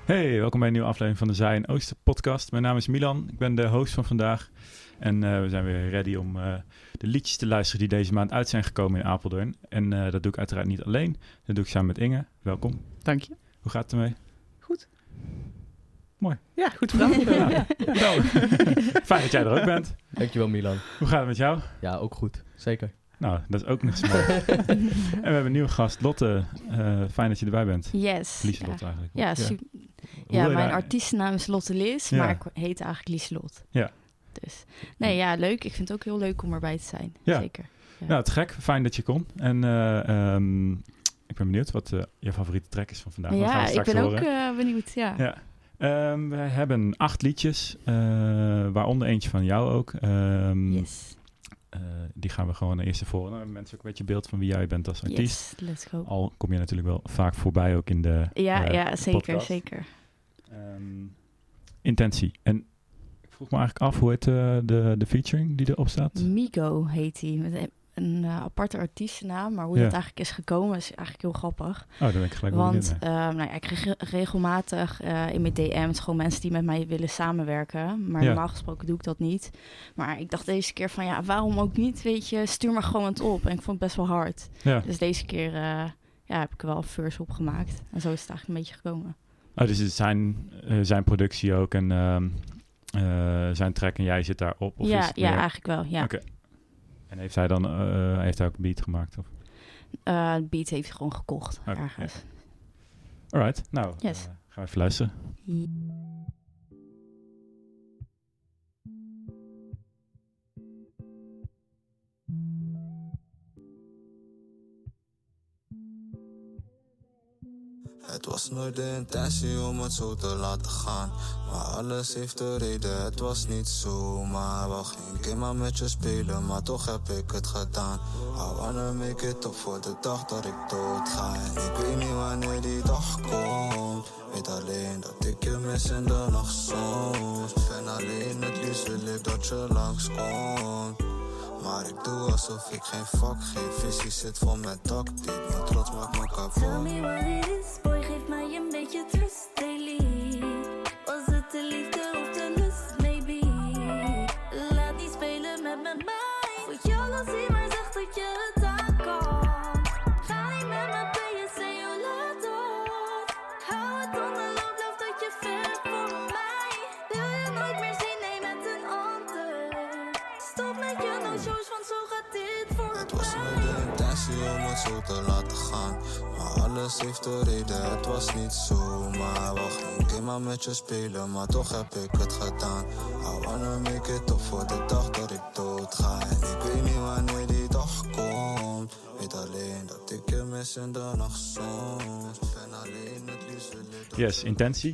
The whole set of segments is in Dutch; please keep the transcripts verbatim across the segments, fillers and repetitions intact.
Hey, welkom bij een nieuwe aflevering van de Zij en Oosten podcast. Mijn naam is Milan, ik ben de host van vandaag. En uh, we zijn weer ready om uh, de liedjes te luisteren die deze maand uit zijn gekomen in Apeldoorn. En uh, dat doe ik uiteraard niet alleen, dat doe ik samen met Inge. Welkom. Dank je. Hoe gaat het ermee? Goed. Mooi. Ja, goed gedaan. Ja. Ja. Nou, fijn dat jij er ook bent. Dankjewel Milan. Hoe gaat het met jou? Ja, ook goed. Zeker. Nou, dat is ook nog eens mooi. En we hebben een nieuwe gast, Lotte. Uh, fijn dat je erbij bent. Yes. Lieselot ja. eigenlijk. Ja, Ja, super. Hoe Ja, wil je mijn daar- artiestennaam is Lotte Liz, Ja. maar ik heet eigenlijk Lieselot. Ja. Dus, nee, ja, leuk. Ik vind het ook heel leuk om erbij te zijn. Ja. Zeker. Ja. Nou, het is gek. Fijn dat je kon. En uh, um, ik ben benieuwd wat uh, je favoriete track is van vandaag. Dat gaan we Ja, ik straks ben horen. ook uh, benieuwd. Ja. Ja. Um, we hebben acht liedjes, uh, waaronder eentje van jou ook. Um, Yes. uh, die gaan we gewoon eerst voor. Dan hebben mensen ook een beetje beeld van wie jij bent als artiest. Yes, let's go. Al kom je natuurlijk wel vaak voorbij ook in de Ja, uh, ja, zeker, podcast. zeker. Um, intentie. En ik vroeg me eigenlijk af, hoe heet uh, de, de featuring die erop staat? Migo heet hij. Met een, een uh, aparte artiestennaam, maar hoe Ja. dat eigenlijk is gekomen is eigenlijk heel grappig. Oh, daar ben ik gelijk wel Want benieuwd uh, naar. nou ja, ik krijg re- regelmatig uh, in mijn D M's gewoon mensen die met mij willen samenwerken. Maar Ja. normaal gesproken doe ik dat niet. Maar ik dacht deze keer van ja, waarom ook niet? Weet je, stuur maar gewoon het op. En ik vond het best wel hard. Ja. Dus deze keer uh, ja, heb ik er wel een verse opgemaakt. En zo is het eigenlijk een beetje gekomen. Oh, dus het is zijn, uh, zijn productie ook en um, uh, zijn track en jij zit daarop? Of ja, is het ja meer- eigenlijk wel. Ja. Oké. En heeft hij dan uh, heeft hij ook een beat gemaakt? Of? Uh, de beat heeft hij gewoon gekocht Oké, ergens. Alright, nou, Yes. uh, gaan we even luisteren. Het was nooit de intentie om het zo te laten gaan. Maar alles heeft een reden, het was niet zo. Maar wou geen keer maar met je spelen, maar toch heb ik het gedaan. I wanna make it op voor de dag dat ik dood ga. En ik weet niet wanneer die dag komt. Weet alleen dat ik je mis in de nacht soms. Ben alleen, het liefst wil ik dat je langskomt. Maar ik doe alsof ik geen vak geef. Visie zit vol met tactiek, maar trots maakt me kapot. Tell me what it is, boy, geef mij een beetje trust, daily. Was het de liefde of de lust, maybe? Laat niet spelen met mijn mind. Voor jaloezie, maar zeg dat je het aan kan. Ga niet met me play, say you laat op. Hou het onder loop, beloof dat je ver van mij. Wil je nooit meer zien, nee, met een ander. Stop met je no-shows, want zo gaat dit voor Het was nooit de intentie om het zo te laten gaan. Maar alles heeft een reden, het was niet zo. Maar wou geen keer maar met je spelen, maar toch heb ik het gedaan. I wanna make it op voor de dag dat ik dood ga. En ik weet niet wanneer die dag komt. Weet alleen dat ik je mis in de nacht soms. Ben alleen, het liefst wil ik dat Yes, je- intentie.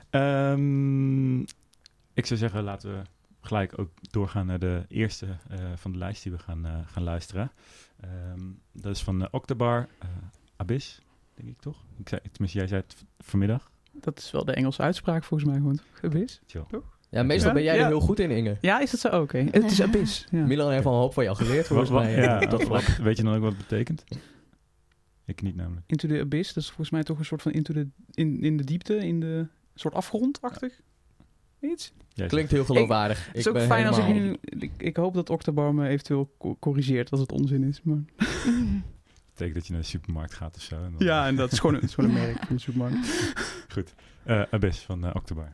Um, ik zou zeggen, laten we gelijk ook doorgaan naar de eerste uh, van de lijst die we gaan, uh, gaan luisteren. Um, dat is van uh, Octobar, uh, Abyss, denk ik toch? Ik zei, tenminste, jij zei het v- vanmiddag. Dat is wel de Engelse uitspraak volgens mij gewoon. Abyss. Chill. Ja, meestal Ja? ben jij Ja. er heel goed in, Inge. Ja, is het zo? Oké. Okay. Het is Abyss. Ja. Milan heeft al een hoop van jou geleerd, volgens Wat- mij. wat- ja, Dat wat- vlak. weet je dan ook wat het betekent? Ik niet namelijk. Into the Abyss, dat is volgens mij toch een soort van into the, in, in de diepte, in de een soort afgrondachtig iets. Jij Klinkt heel geloofwaardig. Het is ook fijn als ik nu... Ik, ik hoop dat Octobar me eventueel co- corrigeert als het onzin is. Maar... betekent dat je naar de supermarkt gaat of zo. En dan- Ja, en dat is gewoon een, het is gewoon een merk van de supermarkt. Goed. Uh, Abyss van uh, Octobar.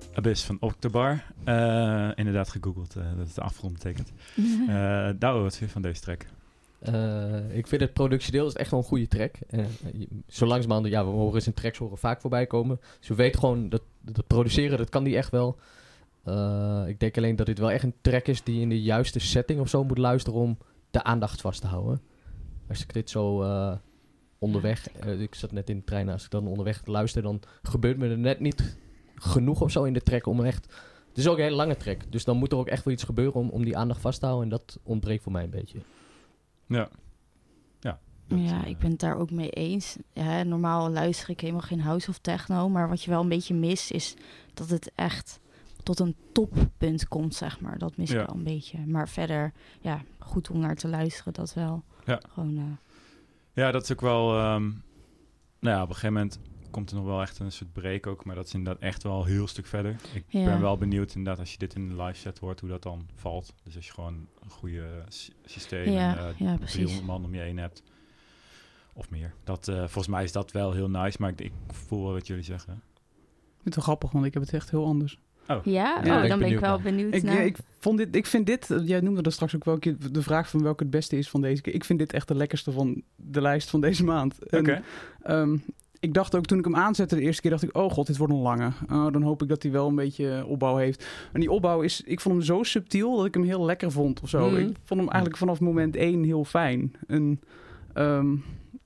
Abyss van Octobar. Uh, inderdaad gegoogeld uh, dat het de afgrond betekent. Uh, Douwe, wat vind je van deze track? Uh, ik vind het productiedeel is echt wel een goede track. Uh, zo langzamerhand, ja, we horen zijn tracks horen vaak voorbij komen. Dus we weten gewoon dat, dat produceren, dat kan die echt wel. Uh, ik denk alleen dat dit wel echt een track is die in de juiste setting of zo moet luisteren om de aandacht vast te houden. Als ik dit zo uh, onderweg, uh, ik zat net in de trein, als ik dan onderweg luister, dan gebeurt me er net niet genoeg of zo in de track om echt... Het is ook een hele lange track, dus dan moet er ook echt wel iets gebeuren om, om die aandacht vast te houden en dat ontbreekt voor mij een beetje. Ja. Ja, ja, ik ben het daar ook mee eens. Ja, normaal luister ik helemaal geen house of techno, maar wat je wel een beetje mist is dat het echt tot een toppunt komt, zeg maar. Dat mis ik ja. wel een beetje. Maar verder, ja, goed om naar te luisteren, dat wel. Ja, Gewoon, uh... ja dat is ook wel... Um, nou ja, op een gegeven moment komt er nog wel echt een soort break ook, maar dat is inderdaad echt wel een heel stuk verder. Ik ja. ben wel benieuwd inderdaad als je dit in de live set hoort, hoe dat dan valt. Dus als je gewoon een goede sy- systeem ja, en uh, ja, driehonderd man om je heen hebt. Of meer. Dat, uh, volgens mij is dat wel heel nice, maar ik, ik voel wel wat jullie zeggen. Ik vind het wel grappig, want ik heb het echt heel anders. Oh. Ja, Ja, oh, ik dan ben ik benieuwd wel naar. benieuwd Ik, naar. ja, ik, vond dit, ik vind dit, jij noemde er straks ook wel een keer de vraag van welke het beste is van deze keer. Ik vind dit echt de lekkerste van de lijst van deze maand. Oké. Okay. Um, ik dacht ook toen ik hem aanzette de eerste keer, dacht ik, oh god, dit wordt een lange. Uh, dan hoop ik dat hij wel een beetje opbouw heeft. En die opbouw is, ik vond hem zo subtiel dat ik hem heel lekker vond of zo. Mm. Ik vond hem eigenlijk vanaf moment één heel fijn. En, um,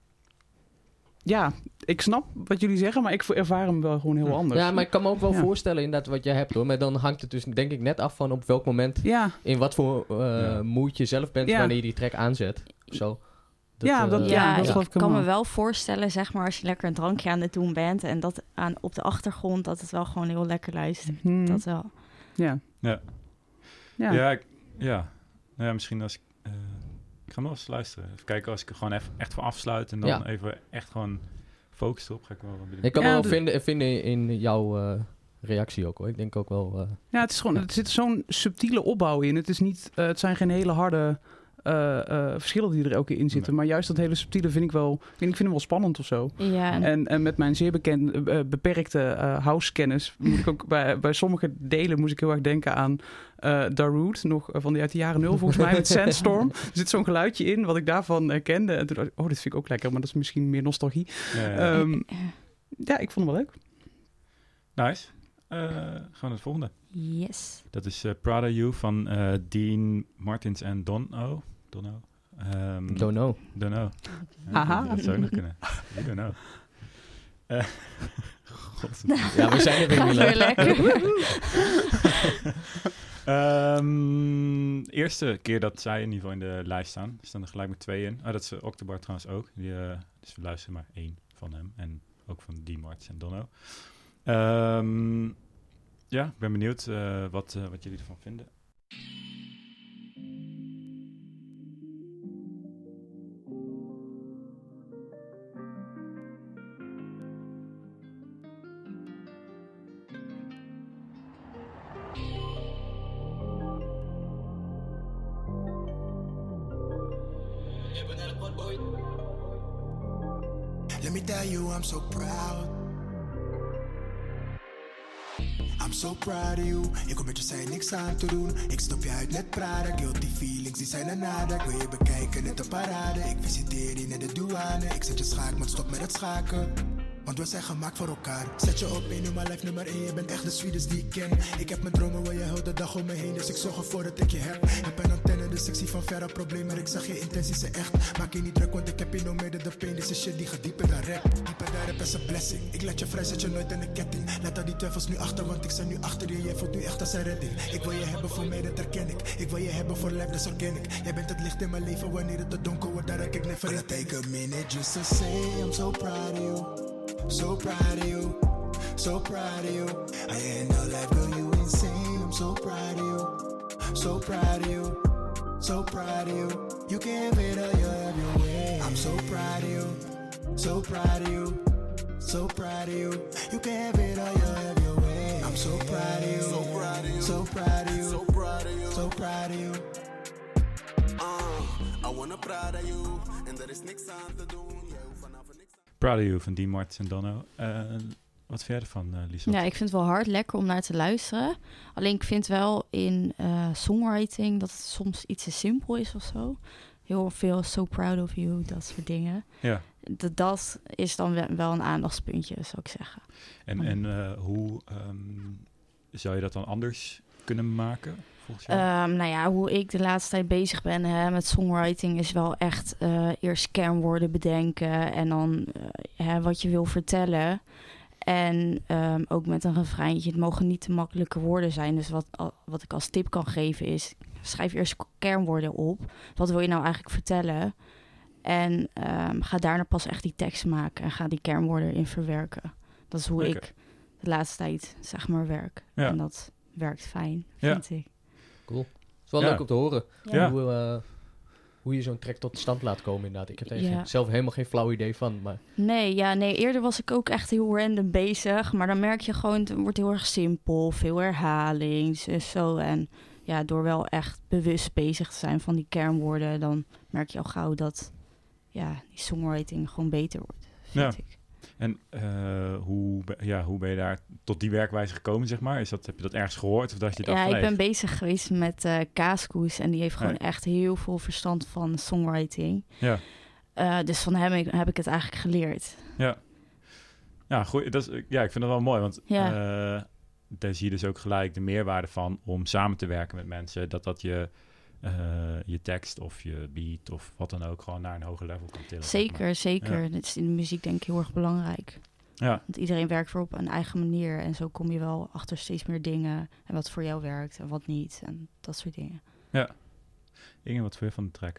ja, ik snap wat jullie zeggen, maar ik ervaar hem wel gewoon heel anders. Ja, maar ik kan me ook wel ja. voorstellen inderdaad wat jij hebt hoor. Maar dan hangt het dus denk ik net af van op welk moment, ja. in wat voor uh, Ja. mood je zelf bent Ja. wanneer je die track aanzet. Zo. Dat, Ja, uh, dat- Ja, dat ik geloof ik kan me helemaal. wel voorstellen, zeg maar, als je lekker een drankje aan het doen bent en dat aan, op de achtergrond, dat het wel gewoon heel lekker luistert. Hmm. Dat wel. Ja. Ja. Ja. Ja, ik, ja. Nou ja, misschien als ik... Uh, ik ga nog eens luisteren. Even kijken als ik er gewoon even echt voor afsluit en dan Ja. even echt gewoon focus op. Ga ik wel wat Ik kan Ja, me wel de- vinden, vinden in jouw uh, reactie ook hoor. Ik denk ook wel... Uh, Ja, het is gewoon, er zit zo'n subtiele opbouw in. Het is niet, uh, het zijn geen hele harde uh, uh, verschillen die er elke keer in zitten. Nee. Maar juist dat hele subtiele vind ik wel, ik vind hem wel spannend of zo. Ja, en En, en met mijn zeer bekende, uh, beperkte uh, house-kennis moet ik ook bij, bij sommige delen moest ik heel erg denken aan uh, Darude, nog uh, van die uit de jaren nul volgens mij, met Sandstorm. Er zit zo'n geluidje in wat ik daarvan uh, kende. En toen dacht ik, oh, dit vind ik ook lekker, maar dat is misschien meer nostalgie. Ja, ja. Um, ja, ik vond hem wel leuk. Nice. Uh, gaan we naar het volgende. yes. Dat is uh, Prada You van uh, Dean Martins en Dono. Dono. Um, don't know. Don't know. Ja, Aha. Dat zou ook nog kunnen. You don't know. Uh, God. Ja, we zijn er weer Gaat niet weer lekker. lekker. um, eerste keer dat zij in ieder geval in de lijst staan. Er staan er gelijk met twee in. Oh, dat is uh, Octobar trouwens ook. Die, uh, dus we luisteren maar één van hem. En ook van Dean Martins en Dono. Um, ja, ik ben benieuwd uh, wat, uh, wat jullie ervan vinden. Let me tell you, I'm so proud. I'm so proud of you. Ik kom met je zijn niks aan te doen. Ik stop je uit net praten. Guilty feelings, die zijn er nada. Ik wil je bekijken, net een parade. Ik visiteer je naar de douane. Ik zet je schaak, maar stop met het schaken. Want we zijn gemaakt voor elkaar. Zet je op in mijn life nummer één. Je bent echt de sweetest die ik ken. Ik heb mijn dromen waar je heel de dag om me heen. Dus ik zorg ervoor dat ik je heb. Heb een antenne, dus ik zie van verre problemen. Ik zag je intenties zijn echt. Maak je niet druk, want ik heb je no meer de pain. Dit is shit die gaat dieper dan rap. Dieper dan rap is een blessing. Ik laat je vrij, zet je nooit in een ketting. Laat al die twijfels nu achter, want ik sta nu achter je. Jij voelt nu echt als een redding. Ik wil je hebben voor mij, dat herken ik. Ik wil je hebben voor life, dat is organic. Jij bent het licht in mijn leven, wanneer het te donker wordt. Daar raak ik never in. Take a minute just to say I'm so proud of you. So proud of you, so proud of you. I ain't no life, girl, you insane. I'm so proud of you, so proud of you, so proud of you. You can have it all, you have your way. I'm so proud of you, so proud of you, so proud of you. You can have it all, you have your way. I'm so proud of you, so proud of you, so proud of you, so proud of you, so proud of you. Uh, I wanna proud of you, and there is niks aan te doen. Proud of You van Dean Martins en Dono. Uh, wat vind jij ervan, uh, Lisa? Ja, ik vind het wel hard, lekker om naar te luisteren. Alleen ik vind wel in uh, songwriting dat het soms iets te simpel is of zo. Heel veel So Proud of You, dat soort dingen. Ja. Dat, dat is dan wel, wel een aandachtspuntje, zou ik zeggen. En, en uh, hoe um, zou je dat dan anders kunnen maken, volgens jou? Um, nou ja, hoe ik de laatste tijd bezig ben hè, met songwriting is wel echt uh, eerst kernwoorden bedenken en dan uh, hè, wat je wil vertellen. En um, ook met een refreintje, het mogen niet te makkelijke woorden zijn. Dus wat, wat ik als tip kan geven is, schrijf eerst kernwoorden op. Wat wil je nou eigenlijk vertellen? En um, ga daarna pas echt die tekst maken en ga die kernwoorden erin verwerken. Dat is hoe okay. ik de laatste tijd, zeg maar, werk. Ja. En dat werkt fijn, vind ja. ik. Cool. Het is wel ja. leuk om te horen. Ja. Hoe, uh, hoe je zo'n track tot stand laat komen inderdaad. Ik heb er Ja. zelf helemaal geen flauw idee van. Maar... Nee, ja, nee, eerder was ik ook echt heel random bezig. Maar dan merk je gewoon, het wordt heel erg simpel. Veel herhaling, dus zo. En ja, door wel echt bewust bezig te zijn van die kernwoorden... dan merk je al gauw dat ja, die songwriting gewoon beter wordt, vind ja. ik. En uh, hoe, ja, hoe ben je daar tot die werkwijze gekomen, zeg maar? Is dat, heb je dat ergens gehoord? Of dat je dacht, Ja, van, ik hey, ben bezig geweest met uh, Kaaskoes. En die heeft gewoon nee. echt heel veel verstand van songwriting. Ja. Uh, dus van hem heb ik het eigenlijk geleerd. Ja, ja, goed, dat is, ja ik vind dat wel mooi. Want ja. uh, daar zie je dus ook gelijk de meerwaarde van om samen te werken met mensen. Dat dat je... Uh, je tekst of je beat of wat dan ook gewoon naar een hoger level kan tillen. Zeker, zeg maar. zeker. Ja. Dat is in de muziek denk ik heel erg belangrijk. Ja. Want iedereen werkt weer op een eigen manier. En zo kom je wel achter steeds meer dingen. En wat voor jou werkt en wat niet. En dat soort dingen. Ja. Inge, wat vind je van de track?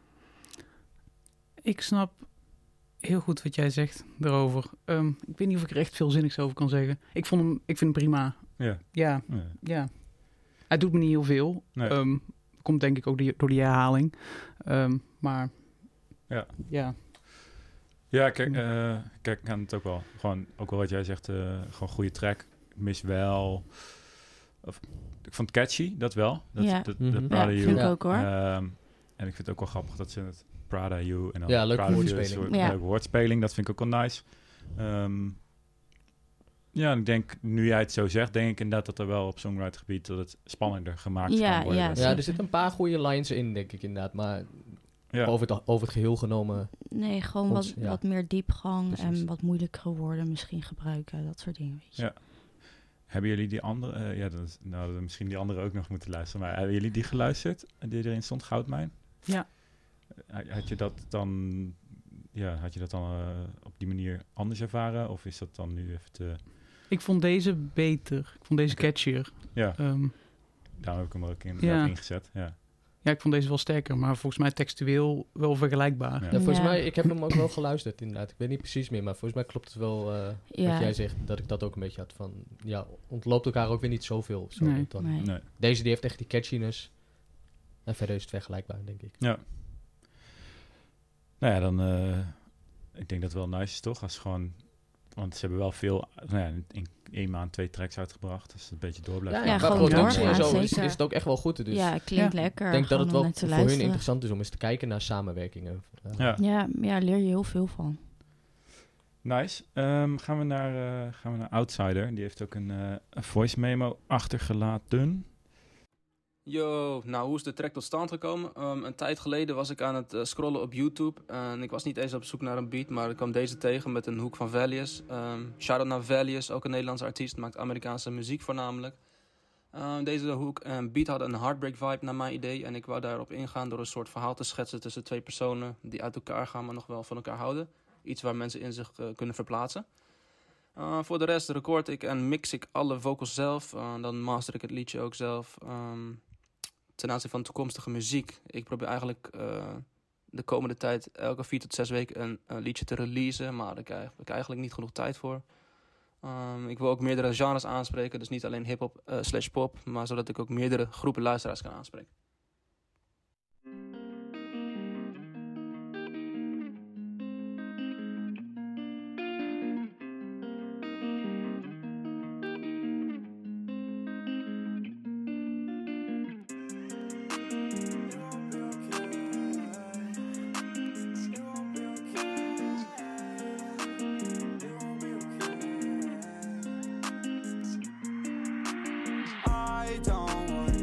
Ik snap heel goed wat jij zegt daarover. Um, ik weet niet of ik er echt veel zinnigs over kan zeggen. Ik, vond hem, ik vind hem prima. Ja. Ja, ja. ja. Hij doet me niet heel veel. Nee. Um, komt denk ik ook die, door die herhaling. Um, maar ja. ja. Ja, kijk, uh, kijk, ik kan het ook wel. Gewoon, ook wel wat jij zegt, uh, gewoon goede track. Ik mis wel... Of, ik vond het catchy, dat wel. Dat, ja, dat, mm-hmm. dat Prada ja, You. vind ik ook hoor. Um, en ik vind het ook wel grappig dat ze het Prada You en dan ja, leuke woordspeling. Ja. Leuke woordspeling, dat vind ik ook wel nice. Um, ja, en ik denk, nu jij het zo zegt, denk ik inderdaad dat er wel op songwritergebied dat het spannender gemaakt Ja, kan worden. ja, ja, er zitten een paar goede lines in, denk ik inderdaad. Maar ja. over, het, over het geheel genomen... Nee, gewoon ons, wat, ja. wat meer diepgang Precies. en wat moeilijkere woorden misschien gebruiken. Dat soort dingen, weet je. Ja. Hebben jullie die andere... Uh, ja, dat is, nou, dat misschien die andere ook nog moeten luisteren. Maar hebben jullie die geluisterd? Die erin stond, Goudmijn? Ja. Uh, had je dat dan... Ja, had je dat dan uh, op die manier anders ervaren? Of is dat dan nu even te... Ik vond deze beter. Ik vond deze okay. catchier. Ja, um, daarom heb ik hem er ook in, ja. ingezet. Ja. ja, ik vond deze wel sterker. Maar volgens mij textueel wel vergelijkbaar. Ja. Ja, volgens Ja. mij, ik heb hem ook wel geluisterd inderdaad. Ik weet niet precies meer, maar volgens mij klopt het wel uh, Ja. wat jij zegt. Dat ik dat ook een beetje had van... Ja, ontloopt elkaar ook weer niet zoveel. Zo, Nee. dan, Nee. Nee. Deze die heeft echt die catchiness. En verder is het vergelijkbaar, denk ik. Ja. Nou ja, dan... Uh, ik denk dat het wel nice is, toch? Als gewoon... Want ze hebben wel veel... Nou ja, in één maand twee tracks uitgebracht. Dus het een beetje door blijft Ja, gaan. ja, Ja, qua gewoon productie door. en Ja, zo is, zeker. is het ook echt wel goed. Dus ja, klinkt Ja. lekker. ik denk dat het gewoon wel om naar te voor hun luisteren. interessant is om eens te kijken naar samenwerkingen. Uh, Ja. Ja, ja, leer je heel veel van. Nice. Um, gaan, we naar, uh, gaan we naar Outsider. Die heeft ook een, uh, een voice memo achtergelaten. Yo, nou hoe is de track tot stand gekomen? Um, een tijd geleden was ik aan het uh, scrollen op YouTube. Uh, en ik was niet eens op zoek naar een beat, maar ik kwam deze tegen met een hoek van Valius. Um, Shout-out naar Valius, ook een Nederlandse artiest, maakt Amerikaanse muziek voornamelijk. Um, deze hoek en beat hadden een heartbreak vibe naar mijn idee. En ik wou daarop ingaan door een soort verhaal te schetsen tussen twee personen die uit elkaar gaan, maar nog wel van elkaar houden. Iets waar mensen in zich uh, kunnen verplaatsen. Uh, voor de rest record ik en mix ik alle vocals zelf. Uh, dan master ik het liedje ook zelf. Um, ten aanzien van toekomstige muziek. Ik probeer eigenlijk uh, de komende tijd elke vier tot zes weken een, een liedje te releasen. Maar daar krijg ik eigenlijk niet genoeg tijd voor. Um, ik wil ook meerdere genres aanspreken. Dus niet alleen hip-hop uh, slash pop. Maar zodat ik ook meerdere groepen luisteraars kan aanspreken.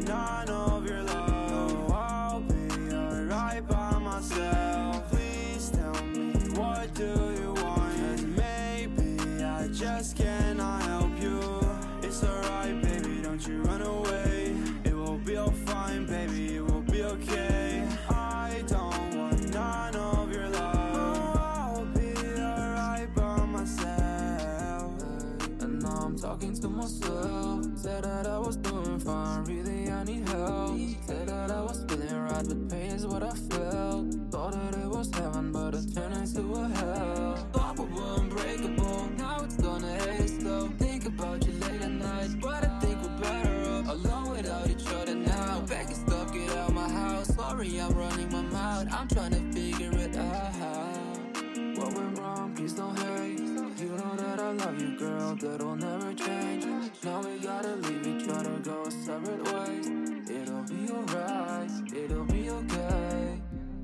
none of your love. I'll be alright by myself. Please tell me, what do you want? And maybe I just cannot help you. It's alright, baby, don't you run away. It will be all fine, baby, it will be okay. I don't want none of your love. I'll be alright by myself. And now I'm talking to myself. Said that I was doing fine, really I need help. Said that I was feeling right, but pain is what I felt. Thought that it was heaven, but it turned into a hell. Unstoppable, unbreakable, now it's gonna hate slow. Think about you late at night, but I think we're better off alone without each other now. Pack your stuff, get out my house. Sorry, I'm running my mouth. I'm trying to figure it out. What went wrong? Please don't hate. You know that I love you, girl. That'll never change. Now we gotta leave each other, go separate ways. It'll be alright. It'll be okay.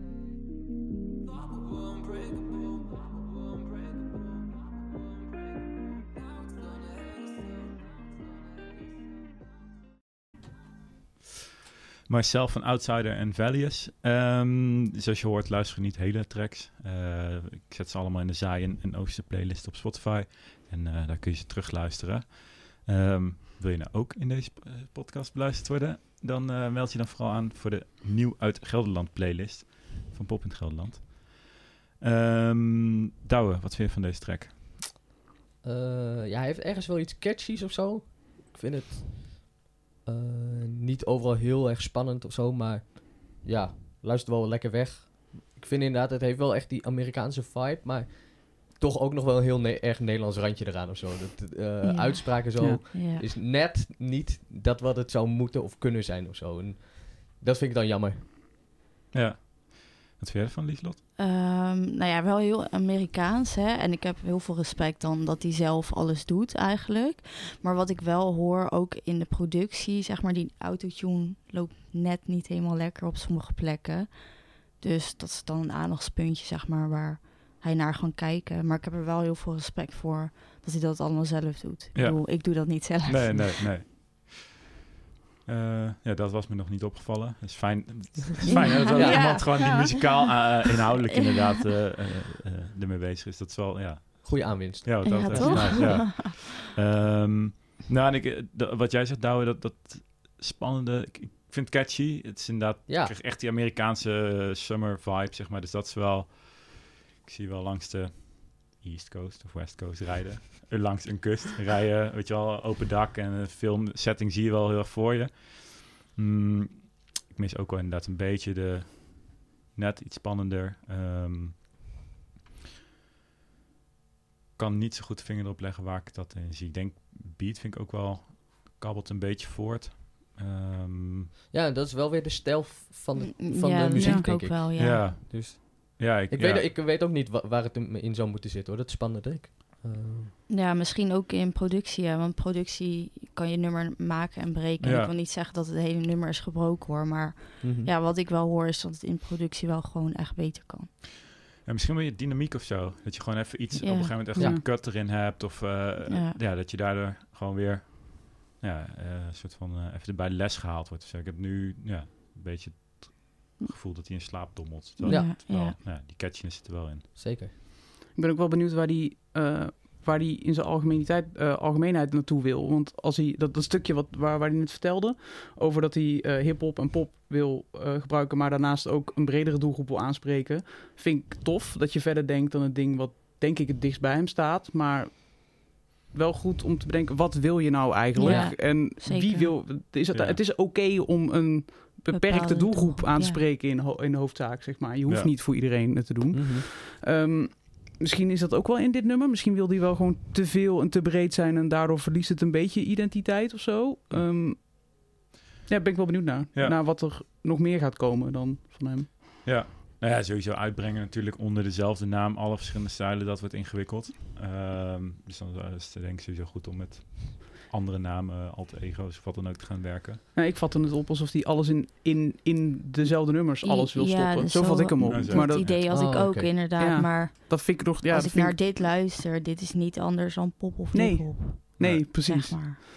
Myself van Outsider en Valius. Um, zoals je hoort luisteren niet hele tracks. Uh, ik zet ze allemaal in de Zaaien en Oosten playlist op Spotify. En uh, daar kun je ze terug luisteren. Um, wil je nou ook in deze uh, podcast beluisterd worden? Dan uh, meld je dan vooral aan voor de Nieuw uit Gelderland playlist van Pop in het Gelderland. Um, Douwe, wat vind je van deze track? Uh, ja, hij heeft ergens wel iets catchies of zo. Ik vind het uh, niet overal heel erg spannend of zo, maar ja, luistert wel lekker weg. Ik vind inderdaad, het heeft wel echt die Amerikaanse vibe, maar toch ook nog wel een heel ne- erg Nederlands randje eraan of zo. Dat uh, ja. Uitspraken zo ja, ja. is net niet dat wat het zou moeten of kunnen zijn of zo. En dat vind ik dan jammer. Ja. Wat vind jij ervan, Lieslot? Um, nou ja, wel heel Amerikaans, hè. En ik heb heel veel respect dan dat hij zelf alles doet eigenlijk. Maar wat ik wel hoor, ook in de productie, zeg maar, die autotune loopt net niet helemaal lekker op sommige plekken. Dus dat is dan een aandachtspuntje, zeg maar, waar hij naar gaat kijken. Maar ik heb er wel heel veel respect voor dat hij dat allemaal zelf doet. Ja. Ik bedoel, ik doe dat niet zelf. Nee, nee, nee. Uh, ja, dat was me nog niet opgevallen. Het is fijn, het is fijn hè, dat Ja. iemand gewoon die Ja. muzikaal uh, inhoudelijk inderdaad uh, uh, uh, ermee bezig is. Dat is wel, ja. Goeie aanwinst. Ja, wat, Ja, dat betreft, toch? nice, ja. um, nou, en ik, d- wat jij zegt, Douwe, dat, dat spannende... Ik, ik vind het catchy. Het is inderdaad... Ja. Ik krijg echt die Amerikaanse uh, summer vibe, zeg maar. Dus dat is wel... Ik zie wel langs de East Coast of West Coast rijden. Langs een kust rijden, weet je wel, open dak en een filmsetting zie je wel heel erg voor je. Mm, ik mis ook wel inderdaad een beetje de net iets spannender. Um, kan niet zo goed de vinger erop leggen waar ik dat in zie. Ik denk beat vind ik ook wel kabbelt een beetje voort. Um, Ja, dat is wel weer de stijl van de, van ja, de muziek, denk denk ook ik. wel, ja. ja. Dus Ja, ik, ik, ja. weet, ik weet ook niet wa- waar het in, in zou moeten zitten, hoor. Dat is spannend, denk ik. Uh, Ja, misschien ook in productie, ja, want productie kan je nummer maken en breken. Ja. Ik wil niet zeggen dat het hele nummer is gebroken, hoor, maar mm-hmm. ja, wat ik wel hoor is dat het in productie wel gewoon echt beter kan. Ja, misschien wel je dynamiek of zo. Dat je gewoon even iets Ja. op een gegeven moment echt Ja. een cut erin hebt. Of uh, ja. Ja. dat je daardoor gewoon weer ja, uh, een soort van uh, even bij de les gehaald wordt. Dus ik heb nu ja, een beetje het gevoel dat hij in slaap dommelt. Terwijl Ja. het wel, Ja. ja, die catchiness zit er wel in. Zeker. Ik ben ook wel benieuwd waar die, uh, waar die in zijn algemeenheid, uh, algemeenheid naartoe wil. Want als hij dat, dat stukje wat, waar, waar hij net vertelde, over dat hij uh, hip-hop en pop wil uh, gebruiken, maar daarnaast ook een bredere doelgroep wil aanspreken, vind ik tof dat je verder denkt dan het ding wat denk ik het dichtst bij hem staat. Maar wel goed om te bedenken, wat wil je nou eigenlijk? Ja, en zeker. wie wil... Is het, Ja. het is oké okay om een beperkte Bepaalde doelgroep doelgroep, aan te ja. spreken in, ho- in de hoofdzaak, zeg maar. Je hoeft Ja. niet voor iedereen het te doen. Mm-hmm. Um, misschien is dat ook wel in dit nummer. Misschien wil die wel gewoon te veel en te breed zijn en daardoor verliest het een beetje identiteit of zo. Um, ja, ben ik wel benieuwd naar. Ja. Naar wat er nog meer gaat komen dan van hem. Ja. Nou ja, sowieso uitbrengen natuurlijk onder dezelfde naam. Alle verschillende stijlen, dat wordt ingewikkeld. Um, dus dan is het denk ik sowieso goed om met andere namen, uh, alter ego's of wat dan ook te gaan werken. Nou, ik vatte het op alsof hij alles in, in, in dezelfde nummers alles wil Ja, stoppen. dus zo zo- vat ik hem op. Ja, zo. maar Dat dat, idee had Oh, ik ook oké. inderdaad, Ja. maar dat vind ik nog... Ja, als dat ik vind naar ik- dit luister, dit is niet anders dan pop of Nee. hip-hop, Nee, Nee, precies. zeg maar.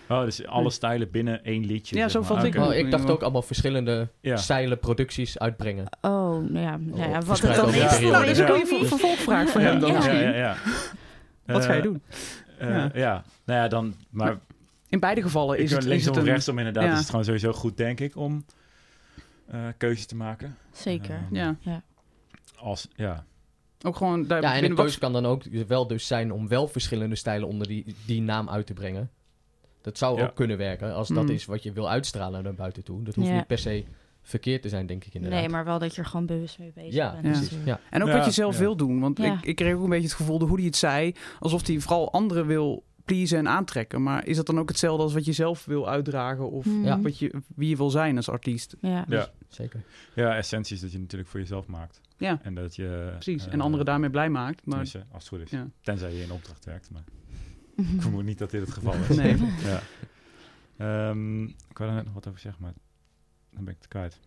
Oh, dus alle Nee. stijlen binnen één liedje. Ja, zeg zo maar. vond ik Oké. hem. Oh, ik dacht ook allemaal verschillende Ja. stijlen producties uitbrengen. Oh, nou ja, nou ja Oh, wat het verspreid dan over is, een periode. Nou, dat is een Ja. goede ver- vervolgvraag voor hem dan ja, misschien. ja, ja. Wat ga je Eh, doen? eh, Ja. ja. nou ja, dan... Maar In beide gevallen ik is ben het, is linksom het of een... rechtsom inderdaad. ja. Is het gewoon sowieso goed, denk ik, om uh, keuzes te maken. Zeker. Ehm, Ja. Ja. Als, ja. Ook gewoon daar Ja, en een binnen wat- keuze kan dan ook wel dus zijn om wel verschillende stijlen onder die, die naam uit te brengen. Dat zou Ja. ook kunnen werken, als dat Mm. is wat je wil uitstralen naar buiten toe. Dat hoeft Ja. niet per se verkeerd te zijn, denk ik inderdaad. Nee, maar wel dat je er gewoon bewust mee bezig Ja, bent. Ja. precies. natuurlijk. Ja. En ook Ja, wat je zelf ja. wil doen. Want Ja. ik, ik kreeg ook een beetje het gevoel, de hoe hij het zei, alsof hij vooral anderen wil pleasen en aantrekken. Maar is dat dan ook hetzelfde als wat je zelf wil uitdragen of Mhm. Ja. wat je, wie je wil zijn als artiest? Ja. Ja. Zeker. ja, essentie is dat je natuurlijk voor jezelf maakt. Ja, En dat je... precies. eh, en anderen daarmee blij maakt. Maar tenminste, als het goed is. Ja. Tenzij je in opdracht werkt. Maar ik vermoed niet dat dit het geval is. nee. Ja. Ehm, ik wou er net nog wat over zeggen, maar dan ben ik het kwijt.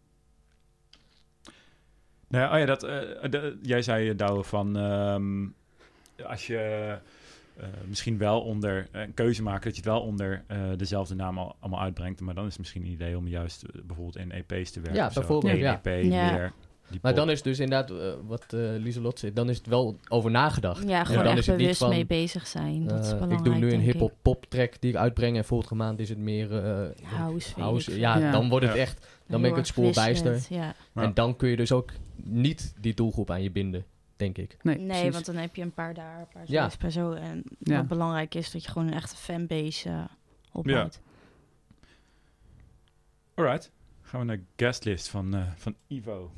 Nou ja, oh ja, dat, eh, de- jij zei, uh, Douwe, van ehm, als je eh, misschien wel onder een keuze maakt, dat je het wel onder eh, dezelfde naam al, allemaal uitbrengt, maar dan is het misschien een idee om juist eh, bijvoorbeeld in E P's te werken. Ja, of zo. bijvoorbeeld, Eén ja. E P Ja. meer. Die Maar pop. dan is dus inderdaad, uh, wat uh, Lieselot zei, dan is het wel over nagedacht. Ja, gewoon dan echt is het niet bewust van, mee bezig zijn. Dat is Uh, belangrijk, ik doe nu een denk ik. hip-hop pop track die ik uitbreng en volgende maand is het meer uh, House, weet house. ik Ja, veel. dan wordt het Ja. echt, dan Heel ben ik het erg spoor bijster. wisselend, Ja. Ja. En dan kun je dus ook niet die doelgroep aan je binden, denk ik. Nee, Nee, precies. want dan heb je een paar daar, een paar zo, Ja. een paar zo. En Ja. wat belangrijk is, dat je gewoon een echte fanbase uh, opbouwt. Alright, gaan we naar guestlist van, uh, van Ivo.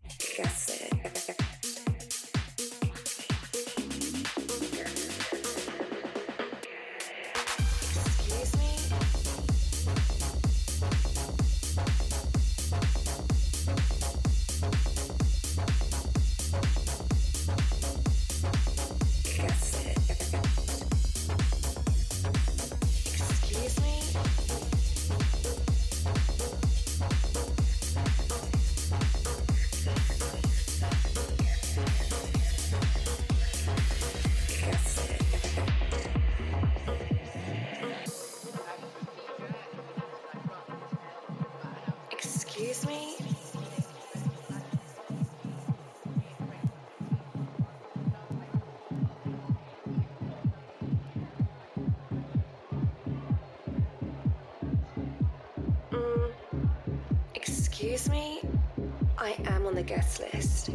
Excuse me? Mm, excuse me? I am on the guest list.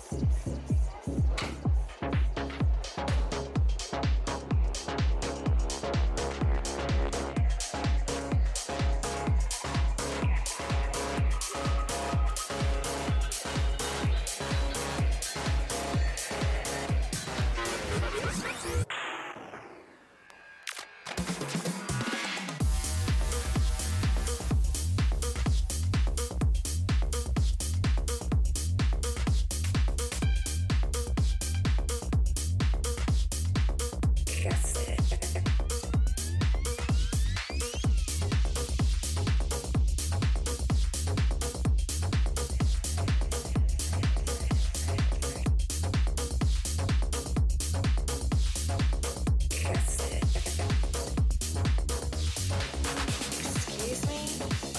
Excuse me?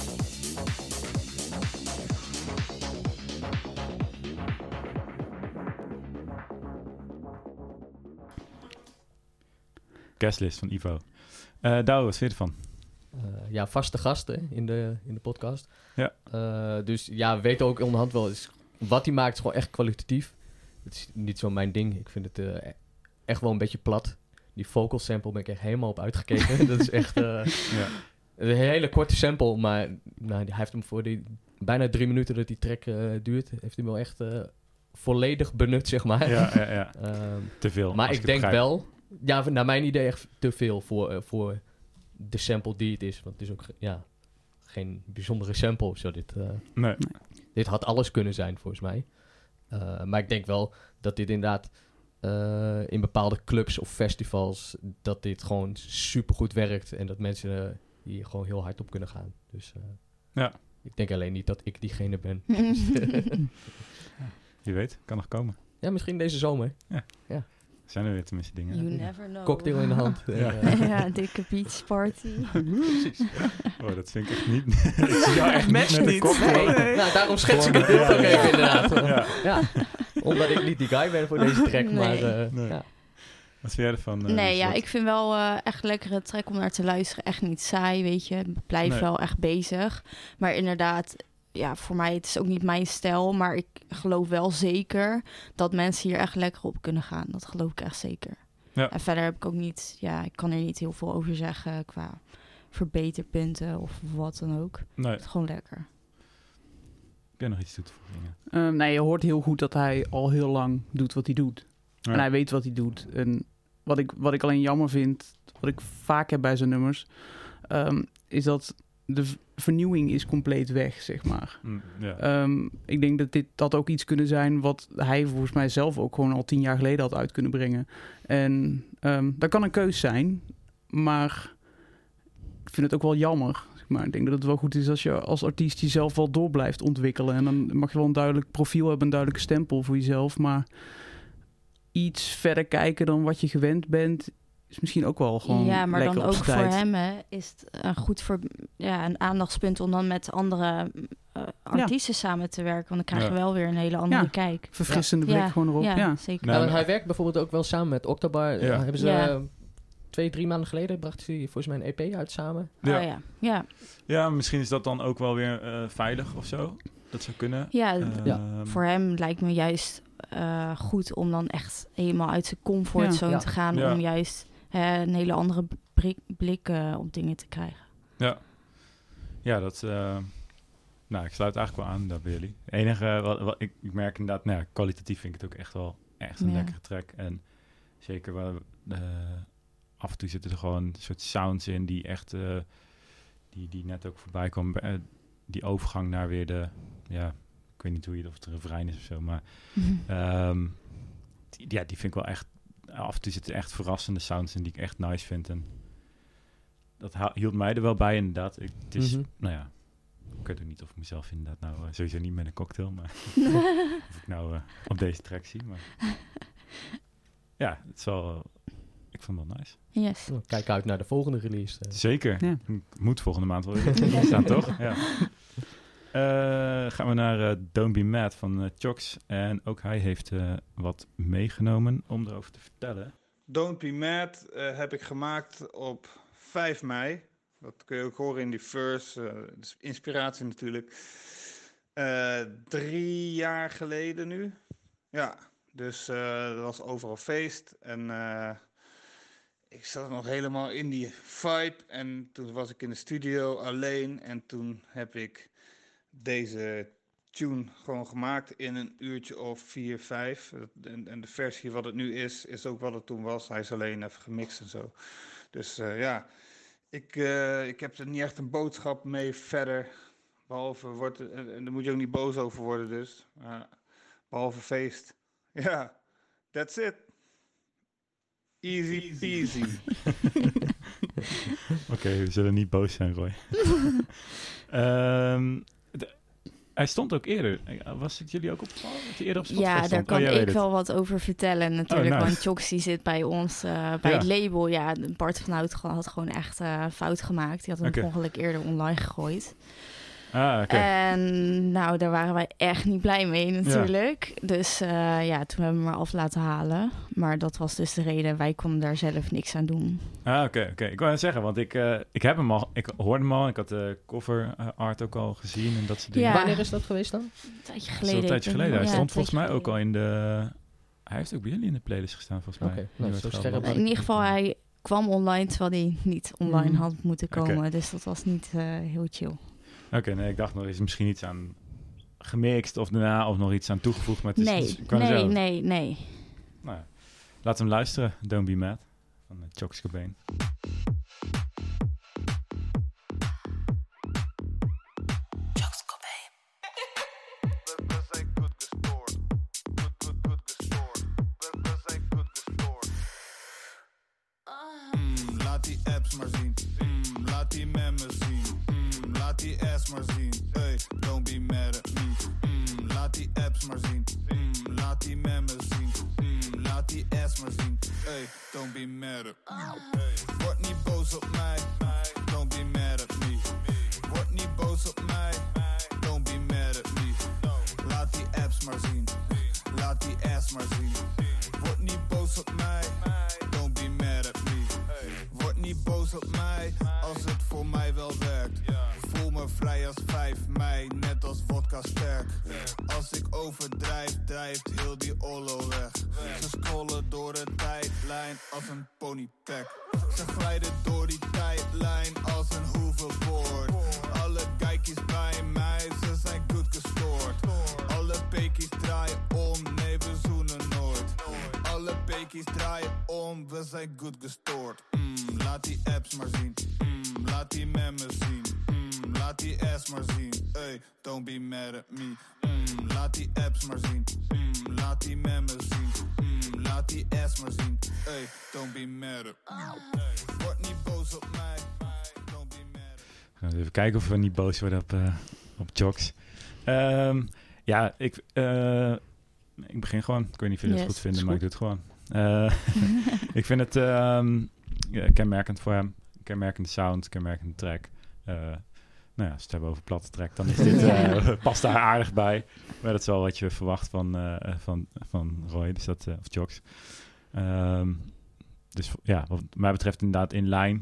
Guestlist van Ivo. Uh, Douwe, wat vind je ervan? Uh, ja, vaste gasten in de, in de podcast. Ja. Uh, dus ja, we weten ook onderhand wel, is, wat hij maakt is gewoon echt kwalitatief. Het is niet zo mijn ding. Ik vind het uh, echt wel een beetje plat. Die vocal sample ben ik echt helemaal op uitgekeken. Dat is echt uh, Ja. een hele korte sample, maar nou, hij heeft hem voor die bijna drie minuten dat die track uh, duurt, heeft hij hem wel echt uh, volledig benut, zeg maar. Ja, ja, ja. Um, Te veel. maar als ik het denk begrijp. wel, ja, naar mijn idee echt te veel voor, uh, voor de sample die het is. Want het is ook ja, geen bijzondere sample. Zo dit, uh, Nee. dit had alles kunnen zijn, volgens mij. Uh, maar ik denk wel dat dit inderdaad uh, in bepaalde clubs of festivals, dat dit gewoon supergoed werkt. En dat mensen uh, hier gewoon heel hard op kunnen gaan. Dus uh, Ja. ik denk alleen niet dat ik diegene ben. Wie weet, kan nog komen. Ja, misschien deze zomer. Ja. Ja. Zijn er weer tenminste dingen. You never know. Cocktail in de hand. Ja. Ja, dikke beach party. Precies. Oh, dat vind ik echt niet. Ik zie jou echt Match niet met een niet. cocktail. Nee, nee. Nou, daarom schets ik het Ja, beeld ja, ook ja. even inderdaad. Ja. Ja. Omdat ik niet die guy ben voor deze track, Nee. maar... eh, Nee. ja. Wat vind jij ervan? Uh, Nee, ja, ik vind wel uh, echt lekkere track om naar te luisteren. Echt niet saai, weet je. Blijf Nee. wel echt bezig. Maar inderdaad, ja, voor mij, het is ook niet mijn stijl. Maar ik geloof wel zeker dat mensen hier echt lekker op kunnen gaan. Dat geloof ik echt zeker. Ja. En verder heb ik ook niet, ja, ik kan er niet heel veel over zeggen qua verbeterpunten of wat dan ook. Nee, Het is gewoon lekker. ik heb nog iets toe te voegen. Um, nee, je hoort heel goed dat hij al heel lang doet wat hij doet. Ja. En hij weet wat hij doet. En wat ik, wat ik alleen jammer vind, wat ik vaak heb bij zijn nummers, um, is dat de v- vernieuwing is compleet weg, zeg maar. Mm, ja. Um, ik denk dat dit dat ook iets kunnen zijn wat hij volgens mij zelf ook gewoon al tien jaar geleden had uit kunnen brengen. En um, dat kan een keus zijn, maar ik vind het ook wel jammer. Maar ik denk dat het wel goed is als je als artiest jezelf wel door blijft ontwikkelen. En dan mag je wel een duidelijk profiel hebben, een duidelijke stempel voor jezelf. Maar iets verder kijken dan wat je gewend bent, is misschien ook wel gewoon Ja, maar lekker dan op ook z'n voor tijd. hem hè, is het een goed voor, ja, een aandachtspunt om dan met andere uh, artiesten samen te werken. Want dan krijg je Ja. wel weer een hele andere Ja. kijk. Verfrissende Ja. blik Ja. gewoon erop. Ja, Ja, zeker. Nou, Ja, want maar- hij werkt bijvoorbeeld ook wel samen met Octobar. Ja. Uh, hebben ze Ja. uh, twee, drie maanden geleden bracht hij volgens mij een E P uit samen. Ja. Oh ja, ja. Ja, misschien is dat dan ook wel weer uh, veilig of zo. Dat zou kunnen. ja, Uh, Ja. voor hem lijkt me juist uh, goed om dan echt helemaal uit zijn comfortzone Ja. te gaan. Ja. Om juist uh, een hele andere blik, blik uh, op dingen te krijgen. Ja, ja dat... Uh, nou, ik sluit eigenlijk wel aan daar bij jullie. Het enige wat, wat ik, ik merk inderdaad... Nou ja, kwalitatief vind ik het ook echt wel echt een Ja. lekkere track. En zeker waar... Uh, af en toe zitten er gewoon een soort sounds in die echt... Uh, die, die net ook voorbij komen. Uh, die overgang naar weer de... Ja, ik weet niet hoe je het of het een refrein is of zo, maar... Um, die, ja, die vind ik wel echt... Af en toe zitten echt verrassende sounds in die ik echt nice vind. En dat ha- hield mij er wel bij, inderdaad. Ik, het is, Mm-hmm. nou ja... Ik weet ook niet of ik mezelf inderdaad nou... Uh, sowieso niet met een cocktail, maar... of ik nou uh, op deze track zie, maar... ja, het is wel... Uh, ik vond het wel nice. Yes. Oh, kijk uit naar de volgende release. Uh. Zeker. Ja. Moet volgende maand wel weer staan, toch? Ja. Uh, gaan we naar uh, Don't Be Mad van uh, Chox. En ook hij heeft uh, wat meegenomen om erover te vertellen. Don't Be Mad uh, heb ik gemaakt op vijf mei. Dat kun je ook horen in die verse. Uh, dus inspiratie natuurlijk. Uh, drie jaar geleden nu. Ja, dus uh, dat was overal feest. En uh, ik zat nog helemaal in die vibe. En toen was ik in de studio alleen. En toen heb ik deze tune gewoon gemaakt in een uurtje of vier, vijf. En, en de versie wat het nu is, is ook wat het toen was. Hij is alleen even gemixt en zo. Dus uh, ja, ik, uh, ik heb er niet echt een boodschap mee verder. Behalve, wordt, en, en daar moet je ook niet boos over worden dus. Uh, behalve feest. Ja, that's it. Easy peasy. Oké, okay, we zullen niet boos zijn, Roy. um, de, hij stond ook eerder. Was het jullie ook opgevallen? Dat hij eerder op Spotify Ja, stond? daar kan oh, ik wel wat over vertellen natuurlijk. Oh, nice. Want Choxy zit bij ons, uh, bij ja. het label. Ja, Bart van Hout had gewoon echt uh, fout gemaakt. Die had hem okay. ongeluk eerder online gegooid. Ah, okay. En nou, daar waren wij echt niet blij mee natuurlijk. Ja. Dus uh, ja, toen hebben we hem maar af laten halen. Maar dat was dus de reden. Wij konden daar zelf niks aan doen. Ah, oké, okay, oké. Okay. Ik wou net zeggen, want ik, uh, ik heb hem al, ik hoorde hem al. Ik had de cover uh, art ook al gezien en dat soort dingen. Ja. Wanneer is dat geweest dan? Een tijdje geleden. Een tijdje geleden. Hij ja, stond volgens mij geleden. ook al in de... Hij heeft ook bij jullie in de playlist gestaan volgens mij. Oké, okay. nou, zo sterk. In ieder geval, hij kwam online terwijl hij niet online had moeten komen. Okay. Dus dat was niet uh, heel chill. Oké, okay, nee, ik dacht nog, is er misschien iets aan gemixt of daarna of nog iets aan toegevoegd, maar het is nee, dus, nee, zelf. nee, nee. Nou ja, laten we hem luisteren, Don't Be Mad, van uh, Chox Cobain. Laat die apps maar zien, mm, laat die memes zien, mm, laat die ass maar zien, hey, don't be mad at me, mm, laat die apps maar zien, mm, Mm, laat die met me zien. Mm, laat die ass maar zien. Hey, don't be mad at me. Hey, word niet boos op mij. Don't be mad at me. Word niet boos op mij. Don't be mad at me. Laat die apps maar zien. Laat die ass maar zien. Word niet boos op mij. Don't be mad at me. Word niet boos op mij als het voor mij wel werkt. Voel me vrij als vijf mei, net als vodka sterk. Als ik overdrijf, drijft heel die ollo weg. Ze scrollen door de tijdlijn als een ponypack. Ze glijden door die tijdlijn als een hoverboard. Alle geikjes bij mij, ze zijn goed gestoord. Alle pekies draaien om, nee we zoenen nooit. Alle pekies draaien om, we zijn goed gestoord. Mm, laat die apps maar zien, mm, laat die met me zien. Mm, laat die ass maar zien, hey, don't be mad at me. Mm, laat die apps maar zien, mm, laat die met me zien. Mm, laat die ass maar zien, hey, don't be mad at me. Word niet boos op mij, don't be mad at me. Gaan we even kijken of we niet boos worden op, uh, op Jocks. Um, ja, ik, uh, ik begin gewoon. Ik weet niet of jullie Yes, het goed vinden, is maar goed. ik doe het gewoon. Uh, ik vind het um, ja, kenmerkend voor hem. Kenmerkende sound, kenmerkende track. Uh, nou ja, als we het hebben over platte track, dan is dit uh, past daar aardig bij. Maar dat is wel wat je verwacht van, uh, van, van Roy, dus dat, uh, of Jocks. Um, dus ja, wat mij betreft inderdaad in lijn.